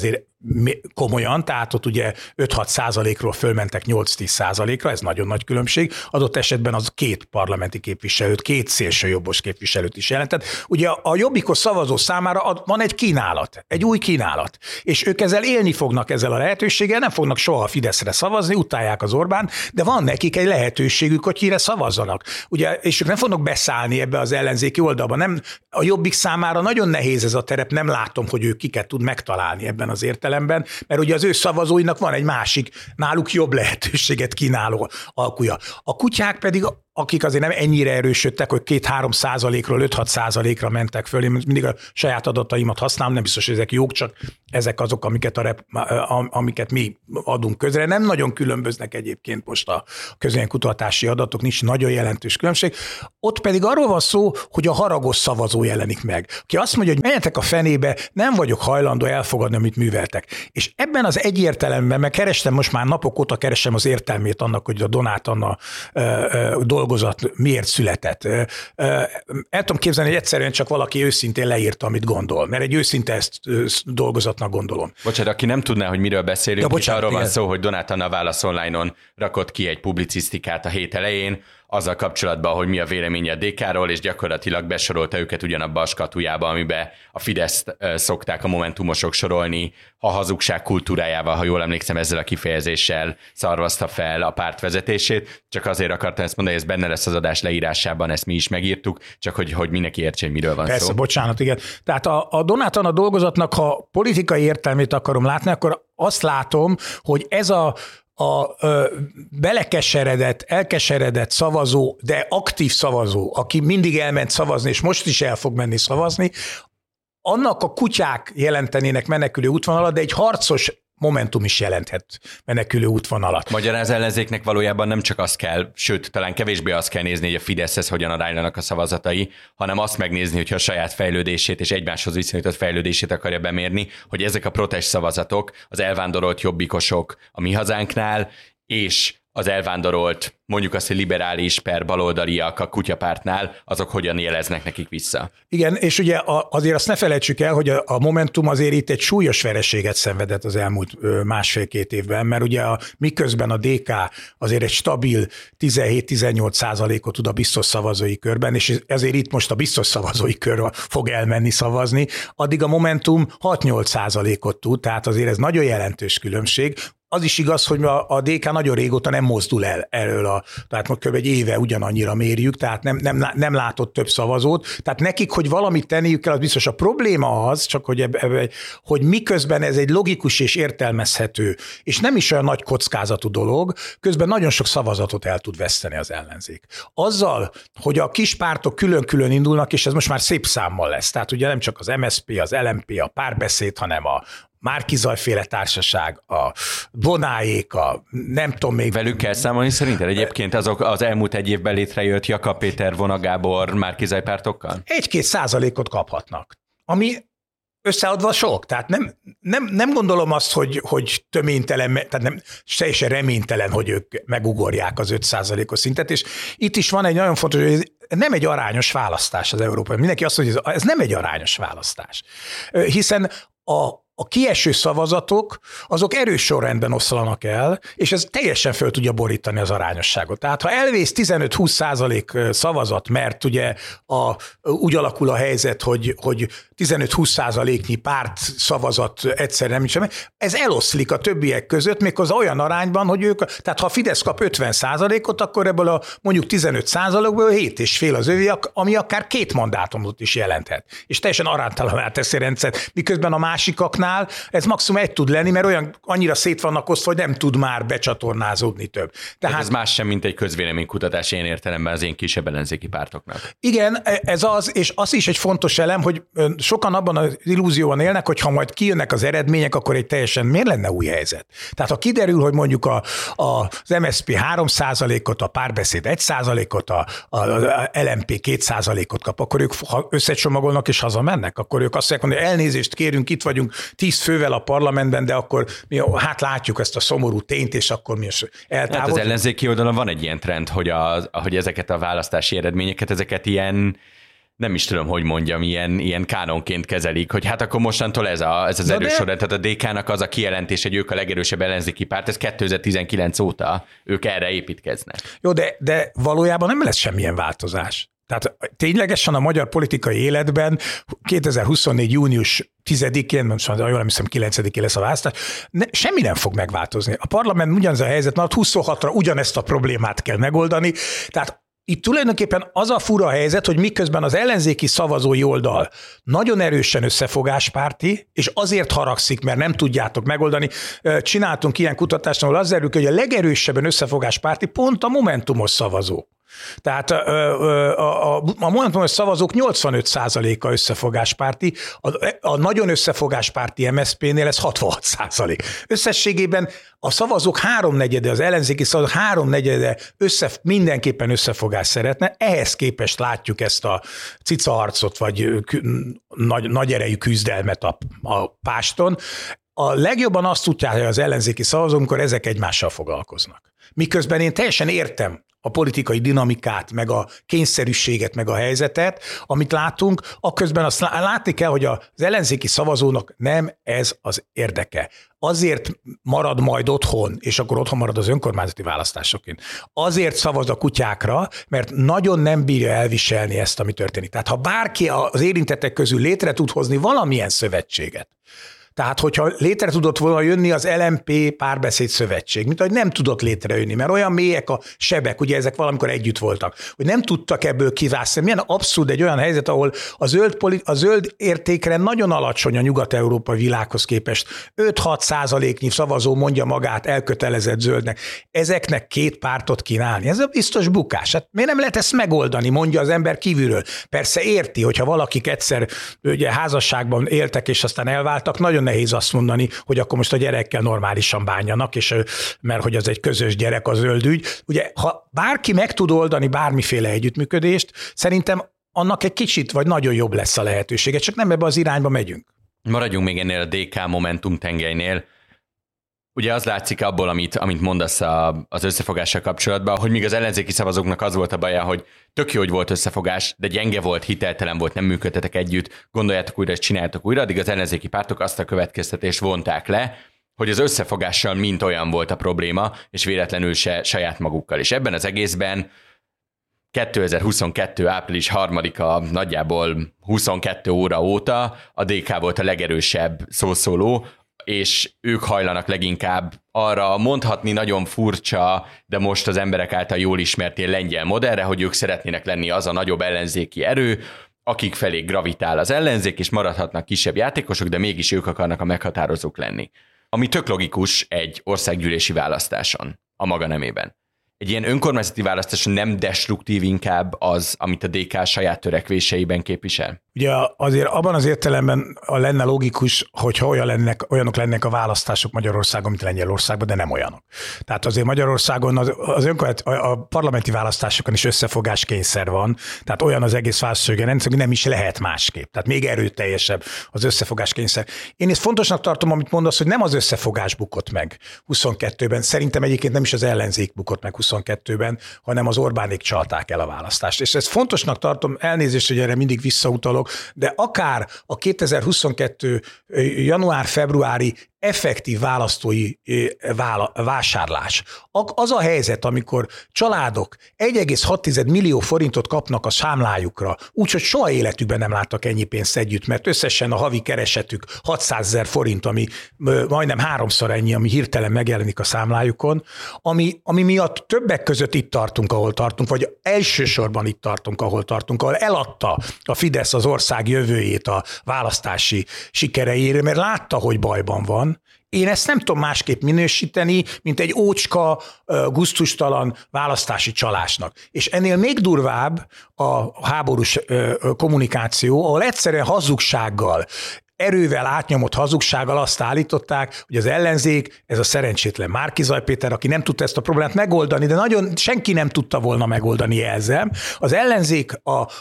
[SPEAKER 2] komolyan, tehát ott ugye 5-6%-ról fölmentek 8-10%-ra, ez nagyon nagy különbség. Adott esetben az 2 parlamenti képviselőt, 2 szélsőjobbos képviselőt is jelentett. Ugye a jobbikos szavazó számára van egy kínálat, egy új kínálat, és ők ezzel élni fognak ezzel a lehetőséggel, nem fognak soha a Fideszre szavazni, utálják az Orbán, de van nekik egy lehetőségük, hogy kire szavazzanak. Ugye, és ők nem fognak beszállni ebbe az ellenzéki oldalba. Nem, a Jobbik számára nagyon nehéz ez a terep, nem látom, hogy ő kiket tud megtalálni ebben az értelemben, mert ugye az ő szavazóinak van egy másik, náluk jobb lehetőséget kínáló alkuja. A kutyák pedig, akik azért nem ennyire erősödtek, hogy 2-3%-ról 5-6%-ra mentek föl. Én mindig a saját adataimat használom, nem biztos, hogy ezek jók, csak ezek azok, amiket mi adunk közre. Nem nagyon különböznek egyébként most a közvéleménykutatási adatok, nincs nagyon jelentős különbség. Ott pedig arról van szó, hogy a haragos szavazó jelenik meg. Aki azt mondja, hogy menjetek a fenébe, nem vagyok hajlandó elfogadni, amit műveltek. És ebben az egyértelemben, mert kerestem, most már napok óta keresem az értelmét annak, hogy a Donát Anna dolgozat miért született. El tudom képzelni, hogy egyszerűen csak valaki őszintén leírta, amit gondol, mert egy őszinte ezt dolgozatnak gondolom.
[SPEAKER 1] Bocsánat, aki nem tudná, hogy miről beszélünk, ja, arról van szó, hogy Donát Anna Válasz Online-on rakott ki egy publicisztikát a hét elején, azzal kapcsolatban, hogy mi a véleménye a DK-ról, és gyakorlatilag besorolta őket ugyanabba a skatujába, amiben a Fideszt szokták a momentumosok sorolni, a hazugság kultúrájával, ha jól emlékszem, ezzel a kifejezéssel szarvazta fel a párt vezetését. Csak azért akartam ezt mondani, hogy ez benne lesz az adás leírásában, ezt mi is megírtuk, csak hogy mindenki értse, hogy miről van
[SPEAKER 2] Persze,
[SPEAKER 1] szó.
[SPEAKER 2] Bocsánat, igen. Tehát a Donát Anna dolgozatnak, ha politikai értelmét akarom látni, akkor azt látom, hogy ez a belekeseredett, elkeseredett szavazó, de aktív szavazó, aki mindig elment szavazni, és most is el fog menni szavazni, annak a kutyák jelentenének menekülő útvonalat, de egy harcos Momentum is jelenthet menekülő útvonalat.
[SPEAKER 1] Magyarán az ellenzéknek valójában nem csak azt kell, sőt, talán kevésbé azt kell nézni, hogy a Fideszhez hogyan aránylanak a szavazatai, hanem azt megnézni, hogyha a saját fejlődését és egymáshoz viszonyított fejlődését akarja bemérni, hogy ezek a protest szavazatok, az elvándorolt jobbikosok a Mi Hazánknál, és az elvándorolt, mondjuk azt, hogy liberális per baloldaliak a kutyapártnál, azok hogyan jeleznek nekik vissza.
[SPEAKER 2] Igen, és ugye azért azt ne felejtsük el, hogy a Momentum azért itt egy súlyos vereséget szenvedett az elmúlt 1,5-2 évben, mert ugye miközben a DK azért egy stabil 17-18%-ot tud a biztos szavazói körben, és ezért itt most a biztos szavazói körbe fog elmenni szavazni, addig a Momentum 6-8%-ot tud, tehát azért ez nagyon jelentős különbség. Az is igaz, hogy a DK nagyon régóta nem mozdul el erről, tehát most kb. Egy éve ugyanannyira mérjük, tehát nem látott több szavazót. Tehát nekik, hogy valamit tenniük kell, az biztos. A probléma az, csak hogy miközben ez egy logikus és értelmezhető, és nem is olyan nagy kockázatú dolog, közben nagyon sok szavazatot el tud veszteni az ellenzék. Azzal, hogy a kis pártok külön-külön indulnak, és ez most már szép számmal lesz. Tehát ugye nem csak az MSZP, az LMP, a Párbeszéd, hanem a Márki-Zay-féle társaság, a Vonáék, a nem tudom még.
[SPEAKER 1] Velük kell számolni szerinted egyébként azok az elmúlt egy évben létrejött Jakab Péter, Vona Gábor, Márki-Zay pártokkal?
[SPEAKER 2] 1-2% kaphatnak, ami összeadva sok. Tehát nem gondolom azt, hogy töménytelen, tehát nem teljesen reménytelen, hogy ők megugorják az 5%-os szintet, és itt is van egy nagyon fontos, hogy ez nem egy arányos választás az európai. Mindenki azt mondja, hogy ez nem egy arányos választás. Hiszen a kieső szavazatok, azok erős sorrendben oszlanak el, és ez teljesen föl tudja borítani az arányosságot. Tehát ha elvész 15-20% szavazat, mert ugye úgy alakul a helyzet, hogy 15-20%-nyi párt szavazat egyszerűen nem is, ez eloszlik a többiek között, méghozzá olyan arányban, hogy tehát ha a Fidesz kap 50%-ot, akkor ebből a mondjuk 15%-ból 7,5 az övé, ami akár 2 mandátumot is jelenthet. És teljesen aránytalaná teszi a rendszert, miközben a másikaknál ez maximum 1 tud lenni, mert annyira szét vannak osztva, hogy nem tud már becsatornázódni több. Tehát
[SPEAKER 1] ez más sem, mint egy közvéleménykutatás ilyen értelemben az én kisebb ellenzéki pártoknak.
[SPEAKER 2] Igen, ez az, és az is egy fontos elem, hogy sokan abban az illúzióban élnek, hogy ha majd kijönnek az eredmények, akkor egy teljesen miért lenne új helyzet? Tehát ha kiderül, hogy mondjuk az MSZP 3%-ot, a Párbeszéd 1%-ot, a LMP 2%-ot kap, akkor ők összecsomagolnak és hazamennek, akkor ők azt mondják, hogy elnézést kérünk, itt vagyunk 10 fővel a parlamentben, de akkor mi látjuk ezt a szomorú tényt, és akkor mi is eltávolodunk.
[SPEAKER 1] Hát az ellenzéki oldalon van egy ilyen trend, hogy ezeket a választási eredményeket, ezeket ilyen nem is tudom, hogy mondjam, ilyen kánonként kezelik, hogy hát akkor mostantól ez az erős sorrend, tehát a DK-nak az a kijelentés, hogy ők a legerősebb ellenzéki párt, ez 2019 óta ők erre építkeznek.
[SPEAKER 2] Jó, de valójában nem lesz semmilyen változás. Tehát ténylegesen a magyar politikai életben 2024. június 10-én, most jól nem hiszem 9-én lesz a választás, semmi nem fog megváltozni. A parlament ugyanaz a helyzet, mert 26-ra ugyanezt a problémát kell megoldani, tehát itt tulajdonképpen az a fura helyzet, hogy miközben az ellenzéki szavazói oldal nagyon erősen összefogáspárti, és azért haragszik, mert nem tudjátok megoldani. Csináltunk ilyen kutatást, ahol az derül, hogy a legerősebben összefogáspárti pont a Momentumos szavazó. Tehát a Momentumos szavazók 85%-a összefogáspárti, a nagyon összefogáspárti MSZP-nél ez 66%. Összességében a szavazók háromnegyede, az ellenzéki szavazók háromnegyede mindenképpen összefogás szeretne, ehhez képest látjuk ezt a cicaharcot, vagy nagy erejű küzdelmet a páston. A legjobban azt tudják az ellenzéki szavazók, amikor ezek egymással foglalkoznak. Miközben én teljesen értem a politikai dinamikát, meg a kényszerűséget, meg a helyzetet, amit látunk, akközben azt látni kell, hogy az ellenzéki szavazónak nem ez az érdeke. Azért marad majd otthon, és akkor otthon marad az önkormányzati választásokén. Azért szavaz a kutyákra, mert nagyon nem bírja elviselni ezt, ami történik. Tehát ha bárki az érintettek közül létre tud hozni valamilyen szövetséget, tehát, hogyha létre tudott volna jönni az LMP Párbeszéd Szövetség, mint ahogy nem tudott létrejönni, mert olyan mélyek a sebek, ugye ezek valamikor együtt voltak, hogy nem tudtak ebből kivászni. Milyen abszurd egy olyan helyzet, ahol a zöld értékre nagyon alacsony a nyugat-európai világhoz képest. 5-6% szavazó mondja magát elkötelezett zöldnek. Ezeknek két pártot kínálni. Ez a biztos bukás. Hát miért nem lehet ezt megoldani, mondja az ember kívülről. Persze érti, hogyha valakik egyszer ugye, házasságban éltek, és aztán elváltak, nagyon nehéz azt mondani, hogy akkor most a gyerekkel normálisan bánjanak, és mert hogy az egy közös gyerek, a zöld ügy. Ugye, ha bárki meg tud oldani bármiféle együttműködést, szerintem annak egy kicsit vagy nagyon jobb lesz a lehetősége, csak nem ebbe az irányba megyünk.
[SPEAKER 1] Maradjunk még ennél a DK Momentum tengelynél. Ugye az látszik abból, amit mondasz az összefogással kapcsolatban, hogy míg az ellenzéki szavazóknak az volt a baja, hogy tök jó, hogy volt összefogás, de gyenge volt, hiteltelen volt, nem működtetek együtt, gondoljátok újra, és csináltok újra, addig az ellenzéki pártok azt a következtetést vonták le, hogy az összefogással mint olyan volt a probléma, és véletlenül se saját magukkal. És ebben az egészben 2022. április 3-a nagyjából 22 óra óta a DK volt a legerősebb szószóló, és ők hajlanak leginkább arra mondhatni nagyon furcsa, de most az emberek által jól ismert ilyen lengyel modellre, hogy ők szeretnének lenni az a nagyobb ellenzéki erő, akik felé gravitál az ellenzék, és maradhatnak kisebb játékosok, de mégis ők akarnak a meghatározók lenni. Ami tök logikus egy országgyűlési választáson, a maga nemében. Egy ilyen önkormányzati választáson nem destruktív inkább az, amit a DK saját törekvéseiben képvisel?
[SPEAKER 2] Ugye azért abban az értelemben lenne logikus, hogyha olyanok lennek a választások Magyarországon, mint Lengyelországban, de nem olyanok. Tehát azért Magyarországon a parlamenti választásokon is összefogás kényszer van, tehát olyan az egész választási rendszer, hogy nem is lehet másképp. Tehát még erőteljesebb az összefogás kényszer. Én ezt fontosnak tartom, amit mondasz, hogy nem az összefogás bukott meg 22-ben. Szerintem egyébként nem is az ellenzék bukott meg 22-ben, hanem az Orbánék csalták el a választást. És ezt fontosnak tartom, elnézést, hogy erre mindig visszautalok, de akár a 2022. január-februári effektív választói vásárlás. Az a helyzet, amikor családok 1,6 millió forintot kapnak a számlájukra, úgyhogy soha életükben nem láttak ennyi pénzt együtt, mert összesen a havi keresetük 600 000 forint, ami majdnem 3-szor ennyi, ami hirtelen megjelenik a számlájukon, ami miatt többek között itt tartunk, ahol tartunk, vagy elsősorban itt tartunk, ahol tartunk, ahol eladta a Fidesz az ország jövőjét a választási sikereire, mert látta, hogy bajban van. Én ezt nem tudom másképp minősíteni, mint egy ócska, gusztustalan választási csalásnak. És ennél még durvább a háborús kommunikáció, ahol egyszerűen hazugsággal, erővel átnyomott hazugsággal azt állították, hogy az ellenzék, ez a szerencsétlen Márki-Zay Péter, aki nem tudta ezt a problémát megoldani, de nagyon senki nem tudta volna megoldani, jelzem. Az ellenzék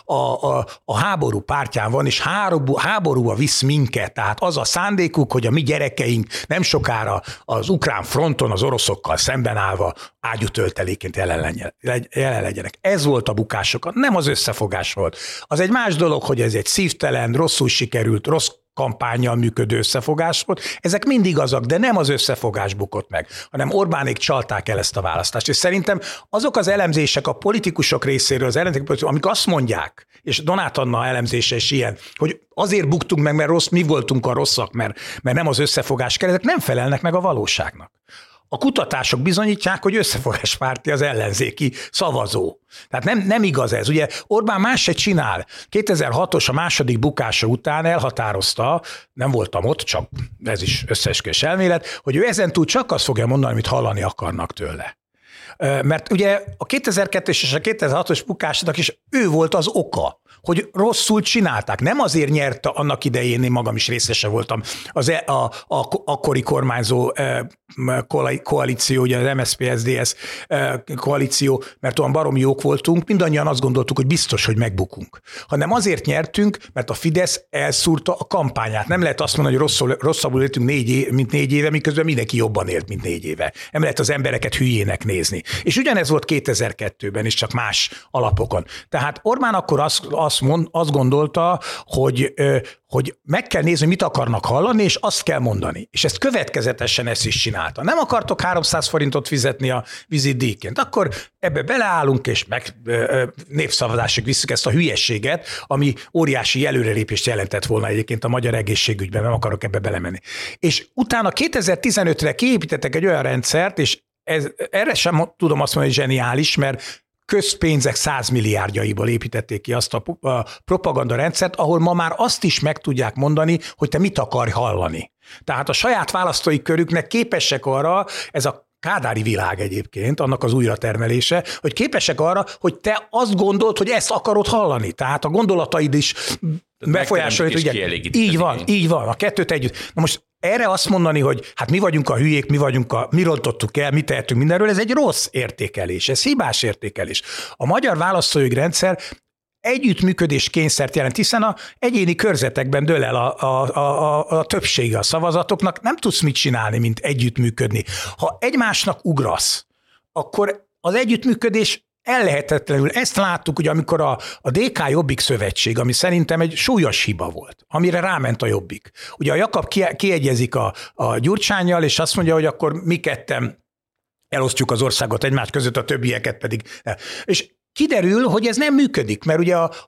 [SPEAKER 2] a háború pártján van, és háborúba visz minket, tehát az a szándékuk, hogy a mi gyerekeink nem sokára az ukrán fronton az oroszokkal szemben állva ágyútölteléként jelen legyenek. Ez volt a bukásokat, nem az összefogás volt. Az egy más dolog, hogy ez egy szívtelen, rosszul sikerült, rossz kampánnyal működő összefogás volt. Ezek mindig azok, de nem az összefogás bukott meg, hanem Orbánék csalták el ezt a választást. És szerintem azok az elemzések a politikusok részéről, az ellenzéki politikusok, amik azt mondják, és Donát Anna elemzése is ilyen, hogy azért buktunk meg, mert mi voltunk a rosszak, mert nem az összefogás kell, ezek nem felelnek meg a valóságnak. A kutatások bizonyítják, hogy összefogáspárti az ellenzéki szavazó. Tehát nem igaz ez. Ugye Orbán más se csinál. 2006-os a második bukása után elhatározta, nem voltam ott, csak ez is összeesküvés elmélet, hogy ő ezentúl csak azt fogja mondani, amit hallani akarnak tőle. Mert ugye a 2002-es és a 2006-os bukásnak is ő volt az oka, hogy rosszul csinálták. Nem azért nyert annak idején, én magam is részese voltam, az akkori kormányzó koalíció, ugye az MSZP-SZDSZ koalíció, mert olyan baromi jók voltunk, mindannyian azt gondoltuk, hogy biztos, hogy megbukunk. Hanem azért nyertünk, mert a Fidesz elszúrta a kampányát. Nem lehet azt mondani, hogy rosszabbul éltünk mint 4 éve, miközben mindenki jobban élt, mint 4 éve. Nem lehet az embereket hülyének nézni. És ugyanez volt 2002-ben is, csak más alapokon. Tehát Orbán akkor azt gondolta, hogy meg kell nézni, mit akarnak hallani, és azt kell mondani. És ezt következetesen ezt is csinálta. Nem akartok 300 forintot fizetni a vizitdíjként, akkor ebbe beleállunk, és népszavazásig visszük ezt a hülyességet, ami óriási előrelépést jelentett volna egyébként a magyar egészségügyben, nem akarok ebbe belemenni. És utána 2015-re kiépítettek egy olyan rendszert, és erre sem tudom azt mondani, hogy zseniális, mert közpénzek 100 milliárdjaiból építették ki azt a propagandarendszert, ahol ma már azt is meg tudják mondani, hogy te mit akarj hallani. Tehát a saját választói körüknek képesek arra, ez a kádári világ egyébként, annak az újratermelése, hogy képesek arra, hogy te azt gondold, hogy ezt akarod hallani. Tehát a gondolataid is befolyásolja, hogy ugye, így van, a kettőt együtt. Na most erre azt mondani, hogy hát mi vagyunk a hülyék, mi rontottuk el, mi tehetünk mindenről, ez egy rossz értékelés, ez hibás értékelés. A magyar választójogi rendszer együttműködés kényszert jelent, hiszen a egyéni körzetekben dől el a többsége a szavazatoknak, nem tudsz mit csinálni, mint együttműködni. Ha egymásnak ugrasz, akkor az együttműködés ellehetetlenül. Ezt láttuk, ugye, amikor a DK Jobbik szövetség, ami szerintem egy súlyos hiba volt, amire ráment a Jobbik. Ugye a Jakab kiegyezik a Gyurcsánnyal, és azt mondja, hogy akkor mi ketten elosztjuk az országot egymás között, a többieket pedig. És kiderül, hogy ez nem működik, mert ugye a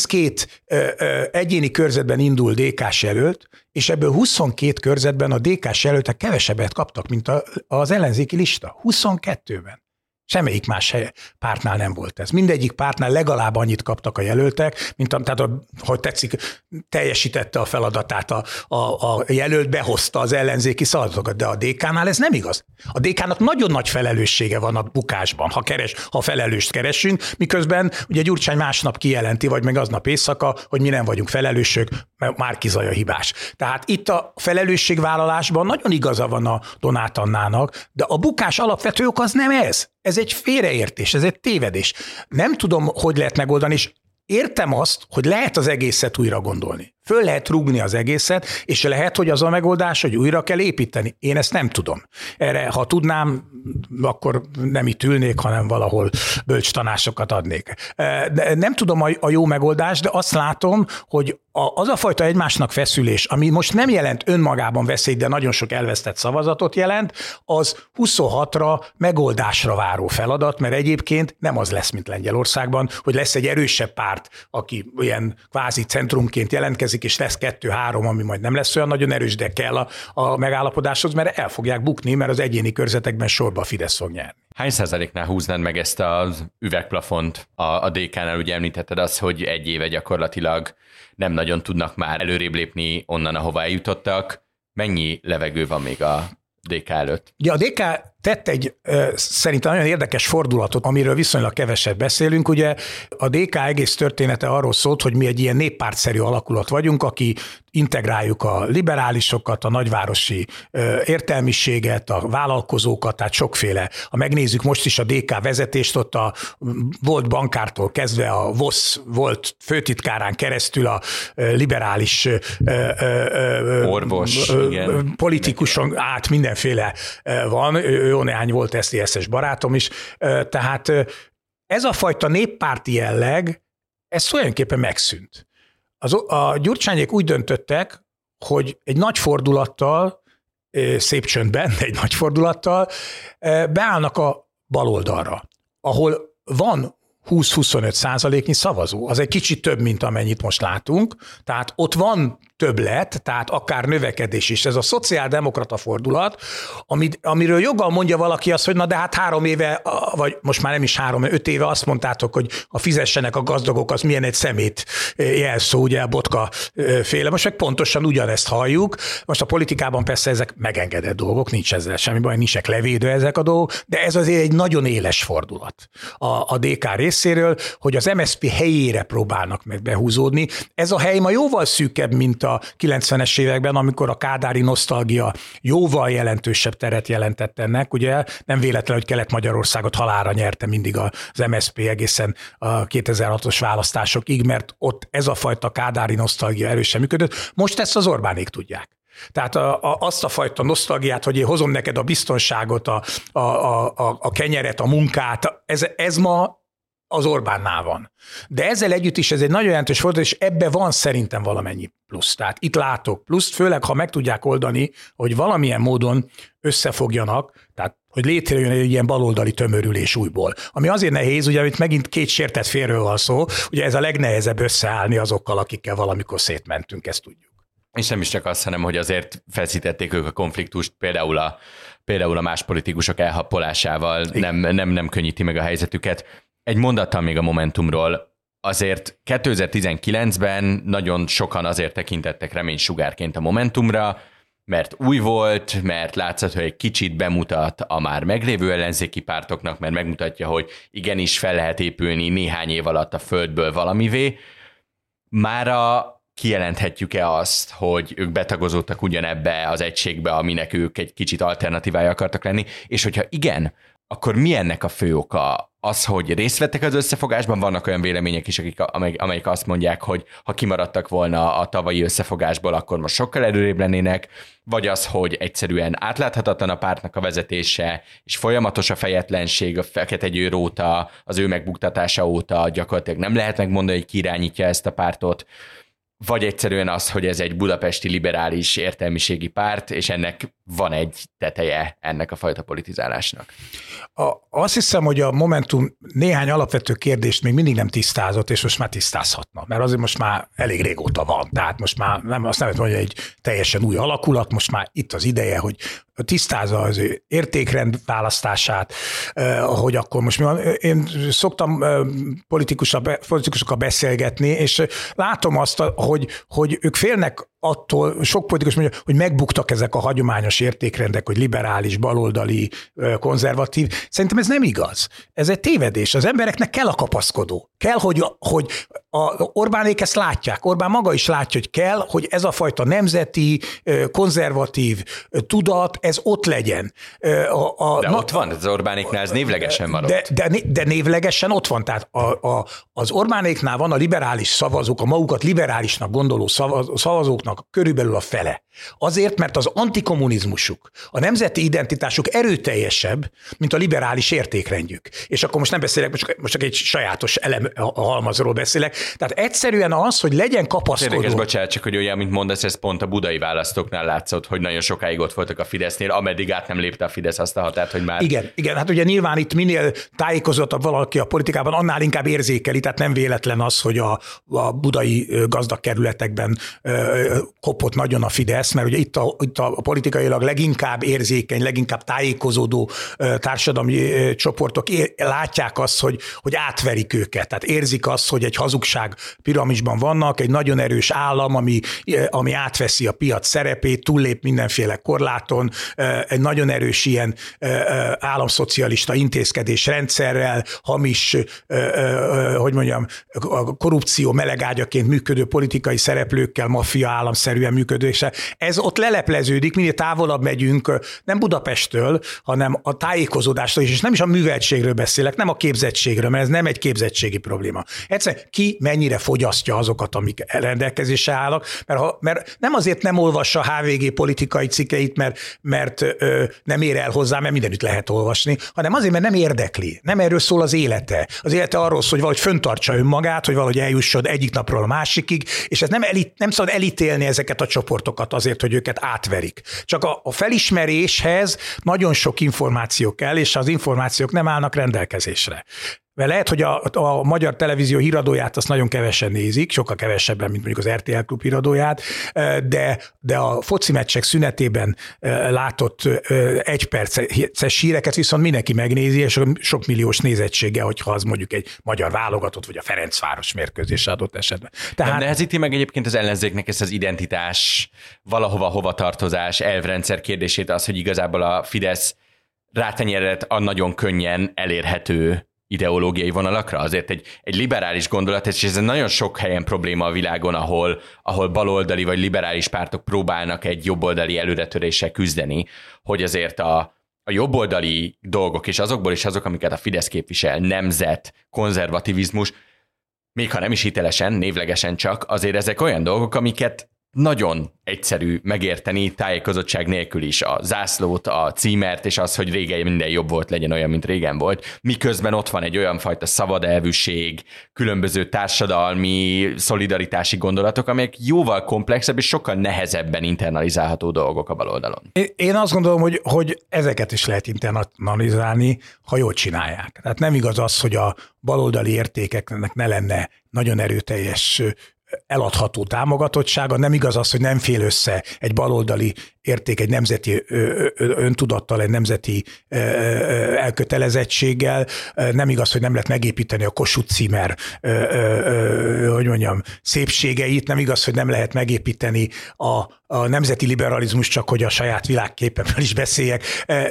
[SPEAKER 2] 32 egyéni körzetben indul DK-s jelölt, és ebből 22 körzetben a DK-s jelöltek kevesebbet kaptak, mint az ellenzéki lista. 22-ben. Semmelyik más pártnál nem volt ez. Mindegyik pártnál legalább annyit kaptak a jelöltek, tehát, hogy tetszik, teljesítette a feladatát a jelölt, behozta az ellenzéki szavazatokat, de a DK-nál ez nem igaz. A DK-nak nagyon nagy felelőssége van a bukásban, ha felelőst keresünk, miközben ugye Gyurcsány másnap kijelenti, vagy meg aznap éjszaka, hogy mi nem vagyunk felelősök, mert Márki-Zay a hibás. Tehát itt a felelősségvállalásban nagyon igaza van a Donát Annának, de a bukás alapvető ok az nem ez. Ez egy félreértés, ez egy tévedés. Nem tudom, hogy lehet megoldani, és értem azt, hogy lehet az egészet újra gondolni. Föl lehet rúgni az egészet, és lehet, hogy az a megoldás, hogy újra kell építeni. Én ezt nem tudom. Erre, ha tudnám, akkor nem itt ülnék, hanem valahol bölcs tanácsokat adnék. De nem tudom a jó megoldás, de azt látom, hogy az a fajta egymásnak feszülés, ami most nem jelent önmagában veszélyt, de nagyon sok elvesztett szavazatot jelent, az 26-ra megoldásra váró feladat, mert egyébként nem az lesz, mint Lengyelországban, hogy lesz egy erősebb párt, aki ilyen kvázi centrumként jelentkezik, és lesz 2-3, ami majd nem lesz olyan nagyon erős, de kell a megállapodáshoz, mert el fogják bukni, mert az egyéni körzetekben sorba a Fidesz fog nyerni.
[SPEAKER 1] Hány százaléknál húznád meg ezt az üvegplafont a DK-nál? Ugye említetted azt, hogy 1 éve gyakorlatilag nem nagyon tudnak már előrébb lépni onnan, ahová eljutottak. Mennyi levegő van még a DK előtt?
[SPEAKER 2] Ja, a DK tett egy szerintem nagyon érdekes fordulatot, amiről viszonylag keveset beszélünk. Ugye a DK egész története arról szólt, hogy mi egy ilyen néppártszerű alakulat vagyunk, aki integráljuk a liberálisokat, a nagyvárosi értelmiséget, a vállalkozókat, tehát sokféle. Ha megnézzük most is a DK vezetést, ott a volt bankártól kezdve a VOSZ volt főtitkárán keresztül a liberális
[SPEAKER 1] orvos,
[SPEAKER 2] politikuson át mindenféle van. Jó néhány volt SZDSZ-es barátom is. Tehát ez a fajta néppárti jelleg, ez tulajdonképpen megszűnt. A Gyurcsányék úgy döntöttek, hogy egy nagy fordulattal, szép csöndben, egy nagy fordulattal beállnak a baloldalra, ahol van 20-25% szavazó. Az egy kicsit több, mint amennyit most látunk, tehát ott van többlet, tehát akár növekedés is. Ez a szociáldemokrata fordulat, amiről joggal mondja valaki azt, hogy na de hát 3 éve, vagy most már nem is 5 éve azt mondtátok, hogy a fizessenek a gazdagok, az milyen egy szemét jelszó, ugye a Botka féle. Most meg pontosan ugyanezt halljuk. Most a politikában persze ezek megengedett dolgok, nincs ezzel semmi baj, nincsenek levédve ezek a dolgok, de ez azért egy nagyon éles fordulat a DK részéről, hogy az MSZP helyére próbálnak meg behúzódni. Ez a hely ma jóval szűkebb, mint a 90-es években, amikor a kádári nosztalgia jóval jelentősebb teret jelentett ennek. Ugye nem véletlen, hogy Kelet-Magyarországot halálra nyerte mindig az MSZP egészen a 2006-os választásokig, mert ott ez a fajta kádári nosztalgia erősen működött. Most ezt az Orbánék tudják. Tehát azt a fajta nosztalgiát, hogy én hozom neked a biztonságot, a kenyeret, a munkát, ez ma az Orbánnál van. De ezzel együtt is ez egy nagyon jelentős fordulat, és ebbe van szerintem valamennyi plusz. Tehát itt látok pluszt, főleg ha meg tudják oldani, hogy valamilyen módon összefogjanak, tehát hogy létrejön egy ilyen baloldali tömörülés újból. Ami azért nehéz, ugye itt megint 2 sértett félről van szó, ugye ez a legnehezebb összeállni azokkal, akikkel valamikor szétmentünk, ezt tudjuk.
[SPEAKER 1] És nem is csak azt, hanem hogy azért feszítették ők a konfliktust, például a más politikusok elhappolásával nem könnyíti meg a helyzetüket. Egy mondattal még a Momentumról. Azért 2019-ben nagyon sokan azért tekintettek reménysugárként a Momentumra, mert új volt, mert látszott, hogy egy kicsit bemutat a már meglévő ellenzéki pártoknak, mert megmutatja, hogy igenis fel lehet épülni néhány év alatt a földből valamivé. Mára kijelenthetjük-e azt, hogy ők betagozódtak ugyanebbe az egységbe, aminek ők egy kicsit alternatívája akartak lenni, és hogyha igen, akkor mi ennek a fő oka? Az, hogy részt vettek az összefogásban, vannak olyan vélemények is, amelyik azt mondják, hogy ha kimaradtak volna a tavalyi összefogásból, akkor most sokkal előrébb lennének, vagy az, hogy egyszerűen átláthatatlan a pártnak a vezetése, és folyamatos a fejetlenség a Fekete Győr óta, az ő megbuktatása óta gyakorlatilag nem lehet megmondani, hogy ki irányítja ezt a pártot, vagy egyszerűen az, hogy ez egy budapesti liberális értelmiségi párt, és ennek van egy teteje ennek a fajta politizálásnak.
[SPEAKER 2] Azt hiszem, hogy a Momentum néhány alapvető kérdést még mindig nem tisztázott, és most már tisztázhatna, mert azért most már elég régóta van. Tehát most már azt nem mondja, egy teljesen új alakulat, most már itt az ideje, hogy tisztázza az ő értékrend választását, hogy akkor most mi van. Én szoktam politikusokkal beszélgetni, és látom azt, hogy ők félnek attól, sok politikus mondja, hogy megbuktak ezek a hagyományos értékrendek, hogy liberális, baloldali, konzervatív. Szerintem ez nem igaz. Ez egy tévedés. Az embereknek kell a kapaszkodó. Kell, hogy Orbánék ezt látják. Orbán maga is látja, hogy kell, hogy ez a fajta nemzeti, konzervatív tudat, ez ott legyen.
[SPEAKER 1] Ott van, az Orbánéknál ez névlegesen maradt.
[SPEAKER 2] De névlegesen ott van. Tehát az Orbánéknál van a liberális szavazók, a magukat liberálisnak gondoló szavazóknak körülbelül a fele. Azért, mert az antikommunizmusuk, a nemzeti identitásuk erőteljesebb, mint a liberális értékrendjük. És akkor most nem beszélek, most csak egy sajátos halmazról beszélek. Tehát egyszerűen az, hogy legyen kapaszkodó.
[SPEAKER 1] Érdekes, bocsánat, csak hogy olyan, mint mondasz, ez pont a budai választóknál látszott, hogy nagyon sokáig ott voltak a Fidesznél, ameddig át nem lépte a Fidesz azt a határt, hogy már...
[SPEAKER 2] Igen, hát ugye nyilván itt minél tájékozottabb valaki a politikában, annál inkább érzékeli, tehát nem véletlen az, hogy a budai gazdag kerületekben kopott nagyon a Fidesz, mert ugye itt a politikailag leginkább érzékeny, leginkább tájékozódó társadalmi csoportok látják azt, hogy átverik őket, tehát érzik azt, hogy egy hazugság boldogság piramisban vannak, egy nagyon erős állam, ami átveszi a piac szerepét, túllép mindenféle korláton, egy nagyon erős ilyen államszocialista intézkedésrendszerrel, hamis, korrupció melegágyaként működő politikai szereplőkkel, maffia államszerűen működése. Ez ott lelepleződik, minél távolabb megyünk, nem Budapesttől, hanem a tájékozódástól is, és nem is a műveltségről beszélek, nem a képzettségről, mert ez nem egy képzettségi probléma. Egyszerűen ki mennyire fogyasztja azokat, amik rendelkezésre állnak, mert nem azért nem olvassa a HVG politikai cikkeit, mert nem ér el hozzá, mert mindenütt lehet olvasni, hanem azért, mert nem érdekli. Nem erről szól az élete. Az élete arról szól, hogy valahogy föntartsa önmagát, hogy valahogy eljusson egyik napról a másikig, és ez nem szabad elítélni ezeket a csoportokat azért, hogy őket átverik. Csak a felismeréshez nagyon sok információ kell, és az információk nem állnak rendelkezésre. Mert lehet, hogy a magyar televízió híradóját azt nagyon kevesen nézik, sokkal kevesebben, mint mondjuk az RTL Klub híradóját, de a foci meccsek szünetében látott egyperces híreket viszont mindenki megnézi, és sok milliós nézettsége, hogyha az mondjuk egy magyar válogatott, vagy a Ferencváros mérkőzés adott esetben. Tehát... Nem
[SPEAKER 1] nehezíti meg egyébként az ellenzéknek ezt az identitás, valahova hovatartozás, elvrendszer kérdését az, hogy igazából a Fidesz rátenyeredett a nagyon könnyen elérhető ideológiai vonalakra. Azért egy liberális gondolat, és ez nagyon sok helyen probléma a világon, ahol baloldali vagy liberális pártok próbálnak egy jobboldali előretöréssel küzdeni, hogy azért a jobboldali dolgok, és azokból is azok, amiket a Fidesz képvisel, nemzet, konzervativizmus, még ha nem is hitelesen, névlegesen csak, azért ezek olyan dolgok, amiket nagyon egyszerű megérteni tájékozottság nélkül is. A zászlót, a címert, és az, hogy régen minden jobb volt, legyen olyan, mint régen volt. Miközben ott van egy olyan fajta szabadelvűség, különböző társadalmi, szolidaritási gondolatok, amelyek jóval komplexebb és sokkal nehezebben internalizálható dolgok a baloldalon.
[SPEAKER 2] Én azt gondolom, hogy ezeket is lehet internalizálni, ha jól csinálják. Tehát nem igaz az, hogy a baloldali értékeknek ne lenne nagyon erőteljes eladható támogatottsága, nem igaz az, hogy nem fél össze egy baloldali érték egy nemzeti öntudattal, egy nemzeti elkötelezettséggel, nem igaz, hogy nem lehet megépíteni a Kossuth címer, szépségeit, nem igaz, hogy nem lehet megépíteni a nemzeti liberalizmus, csak hogy a saját világképemről is beszéljek,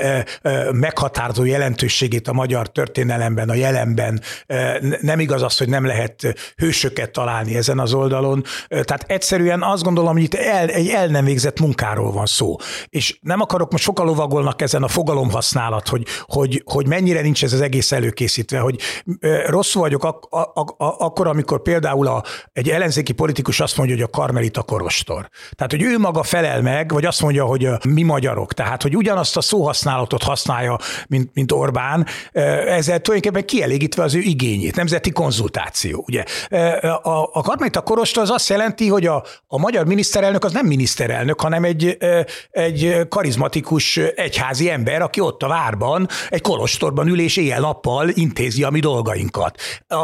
[SPEAKER 2] meghatározó jelentőségét a magyar történelemben, a jelenben, nem igaz az, hogy nem lehet hősöket találni ezen az oldalon, tehát egyszerűen azt gondolom, hogy itt egy el nem végzett munkáról van szó. És nem akarok, most sokkal lovagolnak ezen a fogalomhasználat, hogy mennyire nincs ez az egész előkészítve, hogy rosszul vagyok akkor, amikor például egy ellenzéki politikus azt mondja, hogy a karmelita kolostor. Tehát, hogy ő maga felel meg, vagy azt mondja, hogy mi magyarok. Tehát, hogy ugyanazt a szóhasználatot használja, mint Orbán, ezzel tulajdonképpen kielégítve az ő igényét. Nemzeti konzultáció. Ugye? A karmelita kolostor az azt jelenti, hogy a magyar miniszterelnök az nem miniszterelnök, hanem egy karizmatikus egyházi ember, aki ott a várban, egy kolostorban ül és éjjel-nappal intézi a mi dolgainkat.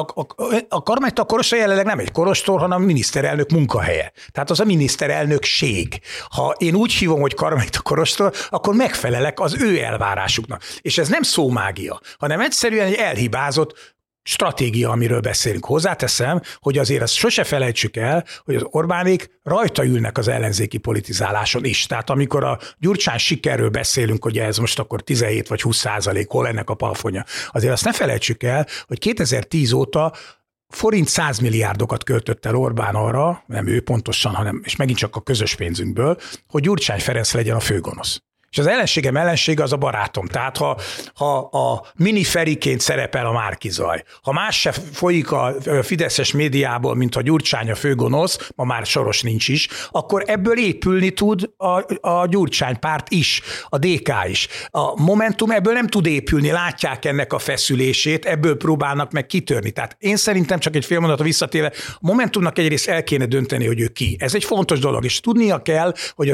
[SPEAKER 2] A karmelita kolostor jelenleg nem egy kolostor, hanem a miniszterelnök munkahelye. Tehát az a miniszterelnökség. Ha én úgy hívom, hogy karmelita kolostor, akkor megfelelek az ő elvárásuknak. És ez nem szómágia, hanem egyszerűen egy elhibázott stratégia, amiről beszélünk. Hozzáteszem, hogy azért ezt sose felejtsük el, hogy az Orbánék rajta ülnek az ellenzéki politizáláson is. Tehát amikor a Gyurcsány sikerről beszélünk, hogy ez most akkor 17 vagy 20%, hol ennek a plafonja, azért azt ne felejtsük el, hogy 2010 óta forint 100 milliárdokat költött el Orbán arra, nem ő pontosan, hanem, és megint csak a közös pénzünkből, hogy Gyurcsány Ferenc legyen a főgonosz. És az ellensége az a barátom. Tehát ha a mini Feriként szerepel a Márki Zaj, ha más se folyik a fideszes médiából, mint a Gyurcsány a főgonosz, ma már Soros nincs is, akkor ebből épülni tud a Gyurcsány párt is, a DK is. A Momentum ebből nem tud épülni, látják ennek a feszülését, ebből próbálnak meg kitörni. Tehát én szerintem csak egy fél mondatra visszatérve, a Momentumnak egyrészt el kéne dönteni, hogy ő ki. Ez egy fontos dolog, és tudnia kell, hogy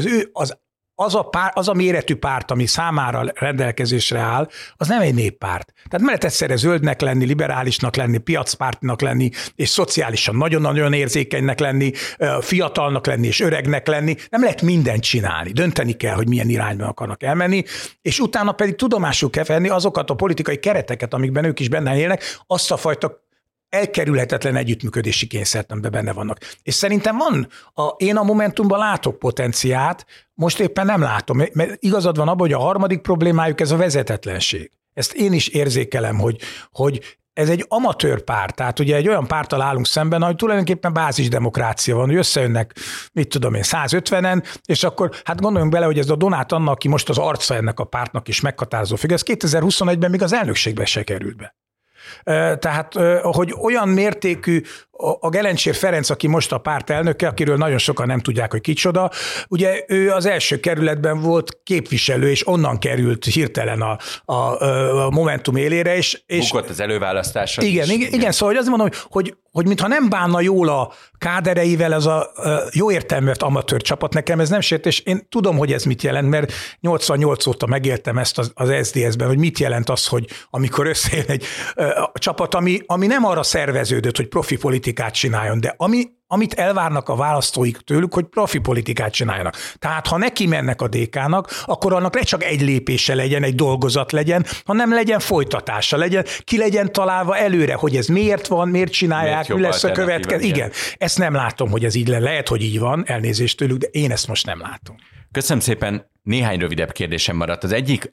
[SPEAKER 2] az a méretű párt, ami számára rendelkezésre áll, az nem egy néppárt. Tehát nem lehet egyszerre zöldnek lenni, liberálisnak lenni, piacpártnak lenni, és szociálisan nagyon-nagyon érzékenynek lenni, fiatalnak lenni, és öregnek lenni. Nem lehet mindent csinálni. Dönteni kell, hogy milyen irányban akarnak elmenni, és utána pedig tudomásul kell venni azokat a politikai kereteket, amikben ők is benne élnek, azt a fajta elkerülhetetlen együttműködési kényszerben benne vannak. És szerintem én a Momentumban látok potenciát, most éppen nem látom, mert igazad van abban, hogy a harmadik problémájuk ez a vezetetlenség. Ezt én is érzékelem, hogy ez egy amatőr párt, tehát ugye egy olyan párttal állunk szemben, hogy tulajdonképpen bázisdemokrácia van, hogy összejönnek, 150-en, és akkor hát gondoljunk bele, hogy ez a Donát Anna, aki most az arca ennek a pártnak is meghatározó figura, ez 2021-ben még az elnökségbe se került be. Tehát, hogy olyan mértékű a Gelencsér Ferenc, aki most a párt elnöke, akiről nagyon sokan nem tudják, hogy kicsoda, ugye ő az első kerületben volt képviselő, és onnan került hirtelen a Momentum élére. És
[SPEAKER 1] bukott az előválasztáson.
[SPEAKER 2] Igen, szóval azt mondom, hogy mintha nem bánna jól a kádereivel ez a jó értelművett amatőr csapat, nekem ez nem sértés. Én tudom, hogy ez mit jelent, mert 88 óta megéltem ezt az SZDSZ-ben, hogy mit jelent az, hogy amikor összejön egy csapat, ami nem arra szerveződött, hogy profi politikát csináljon, de amit elvárnak a választóik tőlük, hogy profi politikát csináljanak. Tehát ha neki mennek a DK-nak, akkor annak ne csak egy lépése legyen, egy dolgozat legyen, hanem legyen folytatása, ki legyen találva előre, hogy ez miért van, miért csinálják, mi lesz a következő. Igen, ezt nem látom, hogy ez így lehet, hogy így van, elnézést tőlük, de én ezt most nem látom.
[SPEAKER 1] Köszönöm szépen, néhány rövidebb kérdésem maradt. Az egyik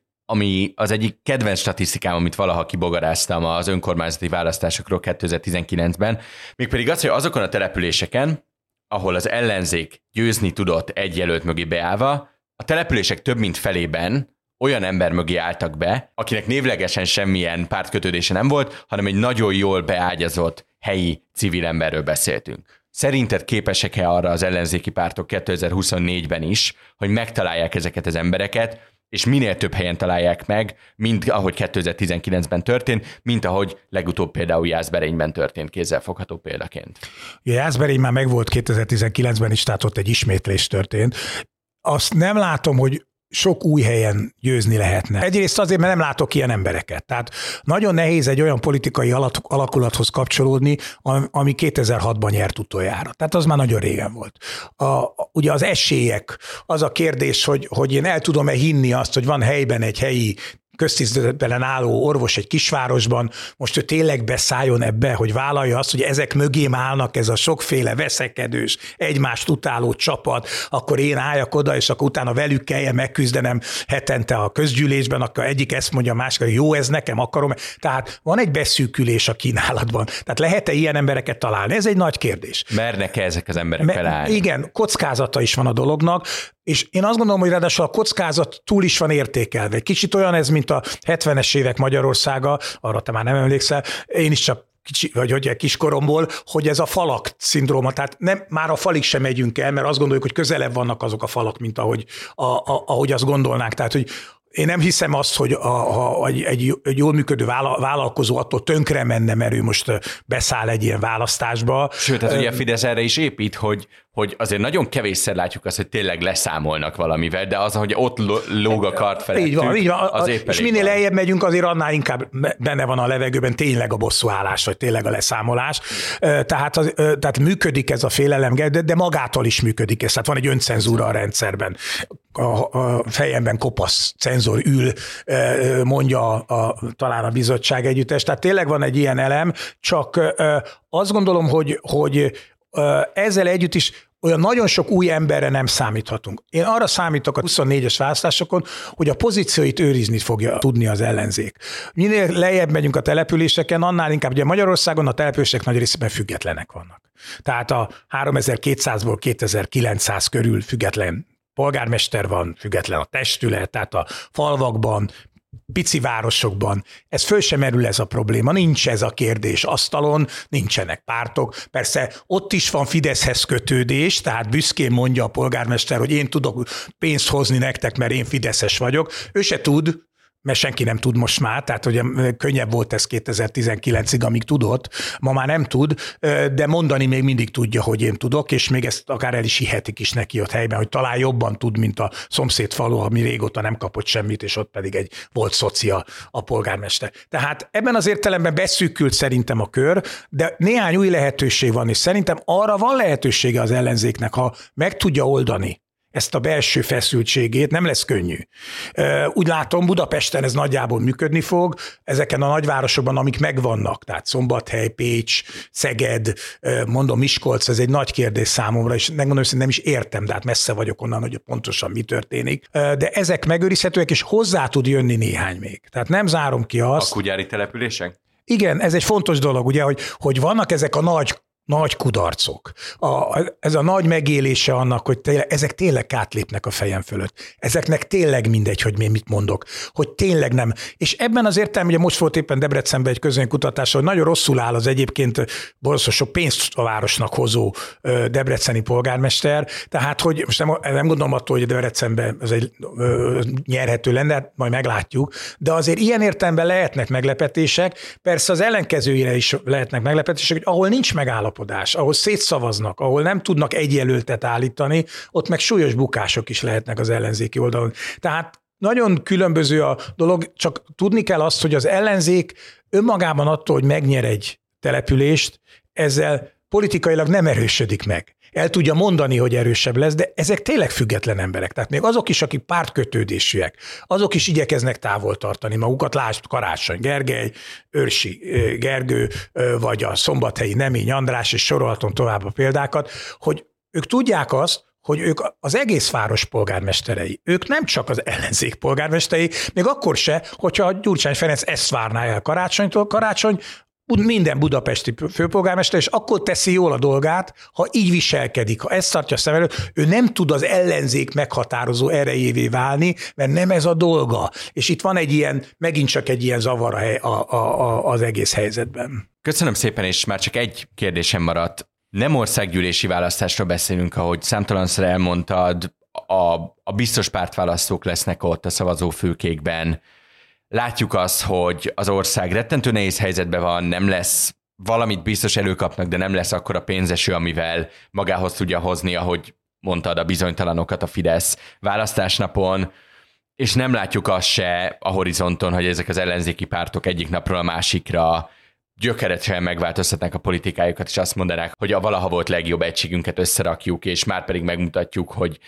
[SPEAKER 1] kedvenc statisztikám, amit valaha kibogaráztam az önkormányzati választásokról 2019-ben, mégpedig az, hogy azokon a településeken, ahol az ellenzék győzni tudott egy jelölt mögé beállva, a települések több mint felében olyan ember mögé álltak be, akinek névlegesen semmilyen pártkötődése nem volt, hanem egy nagyon jól beágyazott helyi civil emberről beszéltünk. Szerinted képesek-e arra az ellenzéki pártok 2024-ben is, hogy megtalálják ezeket az embereket, és minél több helyen találják meg, mint ahogy 2019-ben történt, mint ahogy legutóbb például Jászberényben történt, kézzelfogható példaként.
[SPEAKER 2] Jászberény már megvolt 2019-ben is, tehát ott egy ismétlés történt. Azt nem látom, hogy sok új helyen győzni lehetne. Egyrészt azért, mert nem látok ilyen embereket. Tehát nagyon nehéz egy olyan politikai alakulathoz kapcsolódni, ami 2006-ban nyert utoljára. Tehát az már nagyon régen volt. Ugye az esélyek, az a kérdés, hogy én el tudom-e hinni azt, hogy van helyben egy helyi köztiszteletben álló orvos egy kisvárosban, most ő tényleg beszálljon ebbe, hogy vállalja azt, hogy ezek mögém állnak ez a sokféle veszekedős, egymást utáló csapat, akkor én álljak oda, és akkor utána velük kelljen megküzdenem hetente a közgyűlésben, akkor egyik ezt mondja, a másik, hogy jó, ez nekem, akarom. Tehát van egy beszűkülés a kínálatban. Tehát lehet-e ilyen embereket találni? Ez egy nagy kérdés.
[SPEAKER 1] Mernek-e ezek az emberek felállni?
[SPEAKER 2] Igen, kockázata is van a dolognak, és én azt gondolom, hogy ráadásul a kockázat túl is van értékelve. Kicsit olyan ez, mint a 70-es évek Magyarországa, arra te már nem emlékszel, én is csak kiskoromból, hogy ez a falak szindróma, tehát már a falig sem megyünk el, mert azt gondoljuk, hogy közelebb vannak azok a falak, mint ahogy azt gondolnánk. Tehát, hogy én nem hiszem azt, hogy egy jól működő vállalkozó attól tönkre menne, mert ő most beszáll egy ilyen választásba.
[SPEAKER 1] Sőt, hát ugye a Fidesz erre is épít, hogy azért nagyon kevésszer látjuk azt, hogy tényleg leszámolnak valamivel, de az, hogy ott lóg a kart felettük,
[SPEAKER 2] így van.
[SPEAKER 1] Az épp
[SPEAKER 2] és minél lejjebb megyünk, azért annál inkább benne van a levegőben tényleg a bosszúállás, vagy tényleg a leszámolás. Tehát működik ez a félelem, de magától is működik ez. Tehát van egy öncenzúra a rendszerben. A fejemben kopasz cenzor ül, mondja talán a bizottság együttes. Tehát tényleg van egy ilyen elem, csak azt gondolom, hogy ezzel együtt is olyan nagyon sok új emberre nem számíthatunk. Én arra számítok a 24-es választásokon, hogy a pozícióit őrizni fogja tudni az ellenzék. Minél lejjebb megyünk a településeken, annál inkább, ugye Magyarországon a települések nagy részben függetlenek vannak. Tehát a 3200-ból 2900 körül független polgármester van, független a testület, tehát a falvakban, pici városokban. Ez föl sem merül ez a probléma, nincs ez a kérdés asztalon, nincsenek pártok. Persze ott is van Fideszhez kötődés, tehát büszkén mondja a polgármester, hogy én tudok pénzt hozni nektek, mert én fideszes vagyok. Ő se tud, mert senki nem tud most már, tehát ugye könnyebb volt ez 2019-ig, amíg tudott, ma már nem tud, de mondani még mindig tudja, hogy én tudok, és még ezt akár el is hihetik is neki ott helyben, hogy talán jobban tud, mint a szomszéd falu, ami régóta nem kapott semmit, és ott pedig egy volt szocia a polgármester. Tehát ebben az értelemben beszűkült szerintem a kör, de néhány új lehetőség van, és szerintem arra van lehetősége az ellenzéknek, ha meg tudja oldani ezt a belső feszültségét, nem lesz könnyű. Úgy látom, Budapesten ez nagyjából működni fog, ezeken a nagyvárosokban, amik megvannak, tehát Szombathely, Pécs, Szeged, mondom Miskolc, ez egy nagy kérdés számomra, és megmondom, hogy nem is értem, de hát messze vagyok onnan, hogy pontosan mi történik. De ezek megőrizhetőek, és hozzá tud jönni néhány még. Tehát nem zárom ki azt.
[SPEAKER 1] A kutyári települések?
[SPEAKER 2] Igen, ez egy fontos dolog, ugye, hogy vannak ezek a nagy kudarcok. Ez a nagy megélése annak, hogy ezek tényleg átlépnek a fejem fölött. Ezeknek tényleg mindegy, hogy én mit mondok. Hogy tényleg nem. És ebben az értelemben, ugye most volt éppen Debrecenben egy közönkutatás, hogy nagyon rosszul áll az egyébként borzasztó sok pénzt a városnak hozó debreceni polgármester. Tehát, hogy most nem gondolom attól, hogy Debrecenben ez egy nyerhető lenne, hát majd meglátjuk, de azért ilyen értelemben lehetnek meglepetések. Persze az ellenkezőjére is lehetnek meglepetések, hogy ahol nincs megállapodás, ahol szétszavaznak, ahol nem tudnak egy jelöltet állítani, ott meg súlyos bukások is lehetnek az ellenzéki oldalon. Tehát nagyon különböző a dolog, csak tudni kell azt, hogy az ellenzék önmagában attól, hogy megnyer egy települést, ezzel politikailag nem erősödik meg. El tudja mondani, hogy erősebb lesz, de ezek tényleg független emberek. Tehát még azok is, akik pártkötődésűek, azok is igyekeznek távol tartani magukat. Lásd, Karácsony Gergely, Őrsi Gergő, vagy a szombathelyi Nemény András, és sorolhatom tovább a példákat, hogy ők tudják azt, hogy ők az egész város polgármesterei. Ők nem csak az ellenzék polgármesterei, még akkor se, hogyha Gyurcsány Ferenc ezt várná el Karácsonytól. Karácsony minden budapesti főpolgármester, és akkor teszi jól a dolgát, ha így viselkedik, ha ezt tartja szem előtt, ő nem tud az ellenzék meghatározó erejévé válni, mert nem ez a dolga. És itt van egy ilyen, megint csak egy ilyen zavar az egész helyzetben.
[SPEAKER 1] Köszönöm szépen, és már csak egy kérdésem maradt. Nem országgyűlési választásról beszélünk, ahogy számtalanszor elmondtad, a biztos pártválasztók lesznek ott a szavazófülkékben. Látjuk azt, hogy az ország rettentő nehéz helyzetben van, nem lesz, valamit biztos előkapnak, de nem lesz akkora pénzeső, amivel magához tudja hozni, ahogy mondtad, a bizonytalanokat a Fidesz választásnapon, és nem látjuk azt se a horizonton, hogy ezek az ellenzéki pártok egyik napról a másikra gyökeresen megváltoztatnák a politikájukat, és azt mondanák, hogy a valaha volt legjobb egységünket összerakjuk, és már pedig megmutatjuk, hogy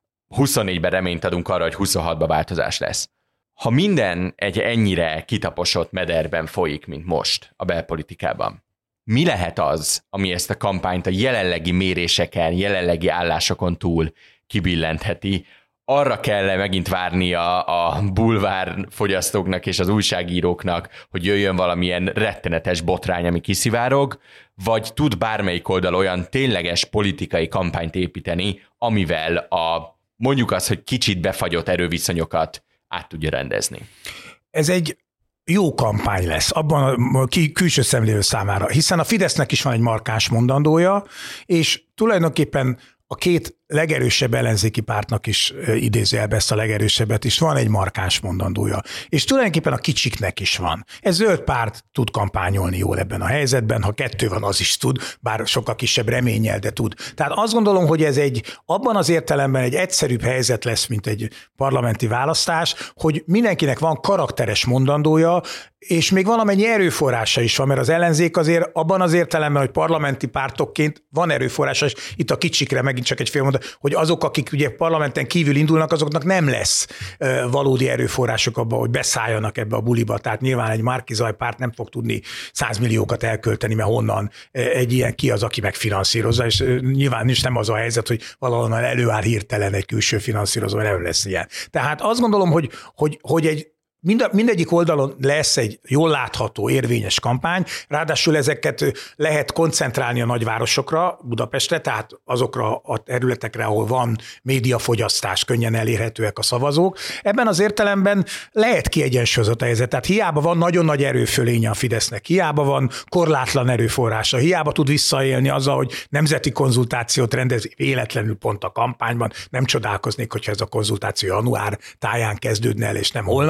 [SPEAKER 1] 24-ben reményt adunk arra, hogy 26-ban változás lesz. Ha minden egy ennyire kitaposott mederben folyik, mint most a belpolitikában, mi lehet az, ami ezt a kampányt a jelenlegi méréseken, jelenlegi állásokon túl kibillentheti? Arra kell megint várnia a bulvár fogyasztóknak és az újságíróknak, hogy jöjjön valamilyen rettenetes botrány, ami kiszivárog, vagy tud bármelyik oldal olyan tényleges politikai kampányt építeni, amivel mondjuk azt, hogy kicsit befagyott erőviszonyokat át tudja rendezni.
[SPEAKER 2] Ez egy jó kampány lesz, abban a külső szemlélő számára, hiszen a Fidesznek is van egy markáns mondandója, és tulajdonképpen a két legerősebb ellenzéki pártnak is idézőjelbe ezt a legerősebbet is van egy markáns mondandója. És tulajdonképpen a kicsiknek is van. Ez zöld párt tud kampányolni jól ebben a helyzetben, ha kettő van, az is tud, bár sokkal kisebb reménnyel, de tud. Tehát azt gondolom, hogy ez abban az értelemben egy egyszerűbb helyzet lesz, mint egy parlamenti választás, hogy mindenkinek van karakteres mondandója, és még valamennyi erőforrása is van, mert az ellenzék azért abban az értelemben, hogy parlamenti pártokként van erőforrása, és itt a kicsikre megint csak egy fél mondat, hogy azok, akik ugye parlamenten kívül indulnak, azoknak nem lesz valódi erőforrások abban, hogy beszálljanak ebbe a buliba. Tehát nyilván egy Márki-Zay párt nem fog tudni 100 milliókat elkölteni, mert honnan egy ilyen ki az, aki megfinanszírozza, és nyilván is nem az a helyzet, hogy valahonnan előáll hirtelen egy külső finanszírozó, nem lesz ilyen. Tehát azt gondolom, hogy egy mindegyik oldalon lesz egy jól látható, érvényes kampány, ráadásul ezeket lehet koncentrálni a nagyvárosokra, Budapestre, tehát azokra a területekre, ahol van médiafogyasztás, könnyen elérhetőek a szavazók. Ebben az értelemben lehet kiegyensúlyozott a helyzet, tehát hiába van nagyon nagy erőfölénye a Fidesznek, hiába van korlátlan erőforrása, hiába tud visszaélni azzal, hogy nemzeti konzultációt rendez véletlenül pont a kampányban, nem csodálkoznék, hogyha ez a konzultáció január táján kezdődne el, és nem holnap.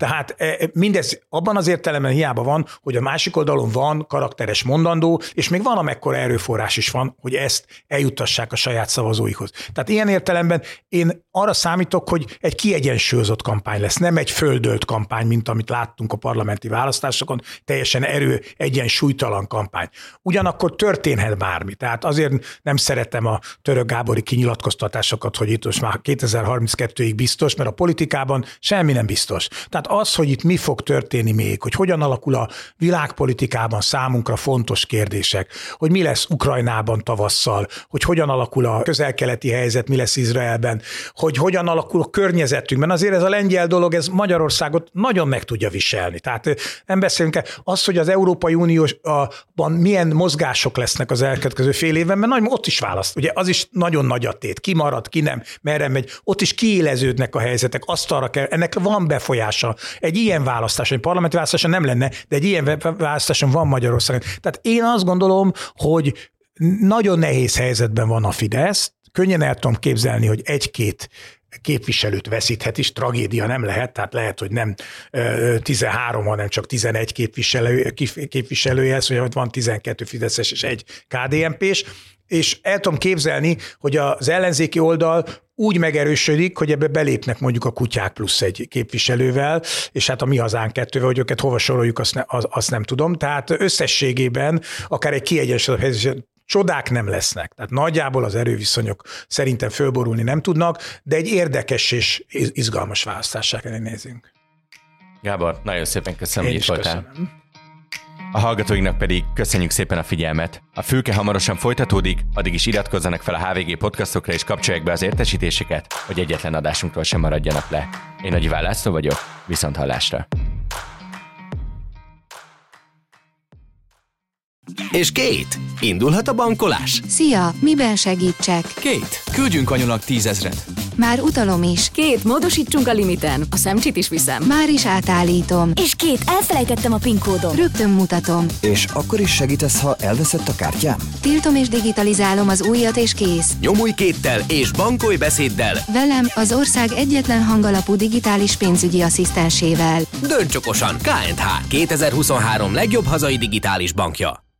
[SPEAKER 2] Tehát mindez abban az értelemben hiába van, hogy a másik oldalon van karakteres mondandó, és még van amekkora erőforrás is van, hogy ezt eljuttassák a saját szavazóikhoz. Tehát ilyen értelemben én arra számítok, hogy egy kiegyensúlyozott kampány lesz, nem egy földölt kampány, mint amit láttunk a parlamenti választásokon, teljesen egyensúlytalan kampány. Ugyanakkor történhet bármi. Tehát azért nem szeretem a Török Gábori kinyilatkoztatásokat, hogy itt most már 2032-ig biztos, mert a politikában semmi nem biztos. Tehát az, hogy itt mi fog történni még, hogy hogyan alakul a világpolitikában számunkra fontos kérdések, hogy mi lesz Ukrajnában tavasszal, hogy hogyan alakul a közel-keleti helyzet, mi lesz Izraelben, hogy hogyan alakul a környezetünkben. Azért ez a lengyel dolog, ez Magyarországot nagyon meg tudja viselni. Tehát nem beszélünk el. Az, hogy az Európai Unióban milyen mozgások lesznek az elkövetkező fél évben, mert ott is választ. Ugye az is nagyon nagy a tét. Ki marad, ki nem, merre megy. Ott is kiéleződnek a helyzetek. Azt arra kell, ennek van befolyása. Egy ilyen választáson, egy parlamenti választáson nem lenne, de egy ilyen választáson van Magyarországon. Tehát én azt gondolom, hogy nagyon nehéz helyzetben van a Fidesz. Könnyen el tudom képzelni, hogy egy-két képviselőt veszíthet is, tragédia nem lehet, tehát lehet, hogy nem 13, hanem csak 11 képviselője, szóval van 12 Fideszes és egy KDNP-s, és el tudom képzelni, hogy az ellenzéki oldal úgy megerősödik, hogy ebbe belépnek mondjuk a Kutyák plusz egy képviselővel, és hát a Mi Hazánk 2-vel, hogy őket hova soroljuk, azt nem tudom. Tehát összességében akár egy kiegyensúlyozott helyzet, csodák nem lesznek. Tehát nagyjából az erőviszonyok szerintem fölborulni nem tudnak, de egy érdekes és izgalmas választásra nézünk.
[SPEAKER 1] Gábor, nagyon szépen köszönöm, hogy itt voltál.
[SPEAKER 2] Köszönöm.
[SPEAKER 1] A hallgatóinknak pedig köszönjük szépen a figyelmet. A Fülke hamarosan folytatódik, addig is iratkozzanak fel a HVG podcastokra és kapcsolják be az értesítéseket, hogy egyetlen adásunktól sem maradjanak le. Én Nagy Iván László vagyok, viszont hallásra.
[SPEAKER 3] És Kate, indulhat a bankolás?
[SPEAKER 4] Szia, miben segítsek?
[SPEAKER 7] Kate, küldjünk anyunak 10 000-et.
[SPEAKER 4] Már utalom is.
[SPEAKER 5] Két, módosítsunk a limiten. A szemcsit is viszem.
[SPEAKER 4] Már is átállítom.
[SPEAKER 5] És két, elfelejtettem a PIN kódom.
[SPEAKER 4] Rögtön mutatom.
[SPEAKER 6] És akkor is segítesz, ha elveszett a kártyám?
[SPEAKER 4] Tiltom és digitalizálom az újat és kész.
[SPEAKER 3] Nyomulj Kate-tel és bankolj beszéddel.
[SPEAKER 4] Velem az ország egyetlen hangalapú digitális pénzügyi asszisztensével.
[SPEAKER 3] Dönts okosan, K&H 2023 legjobb hazai digitális bankja.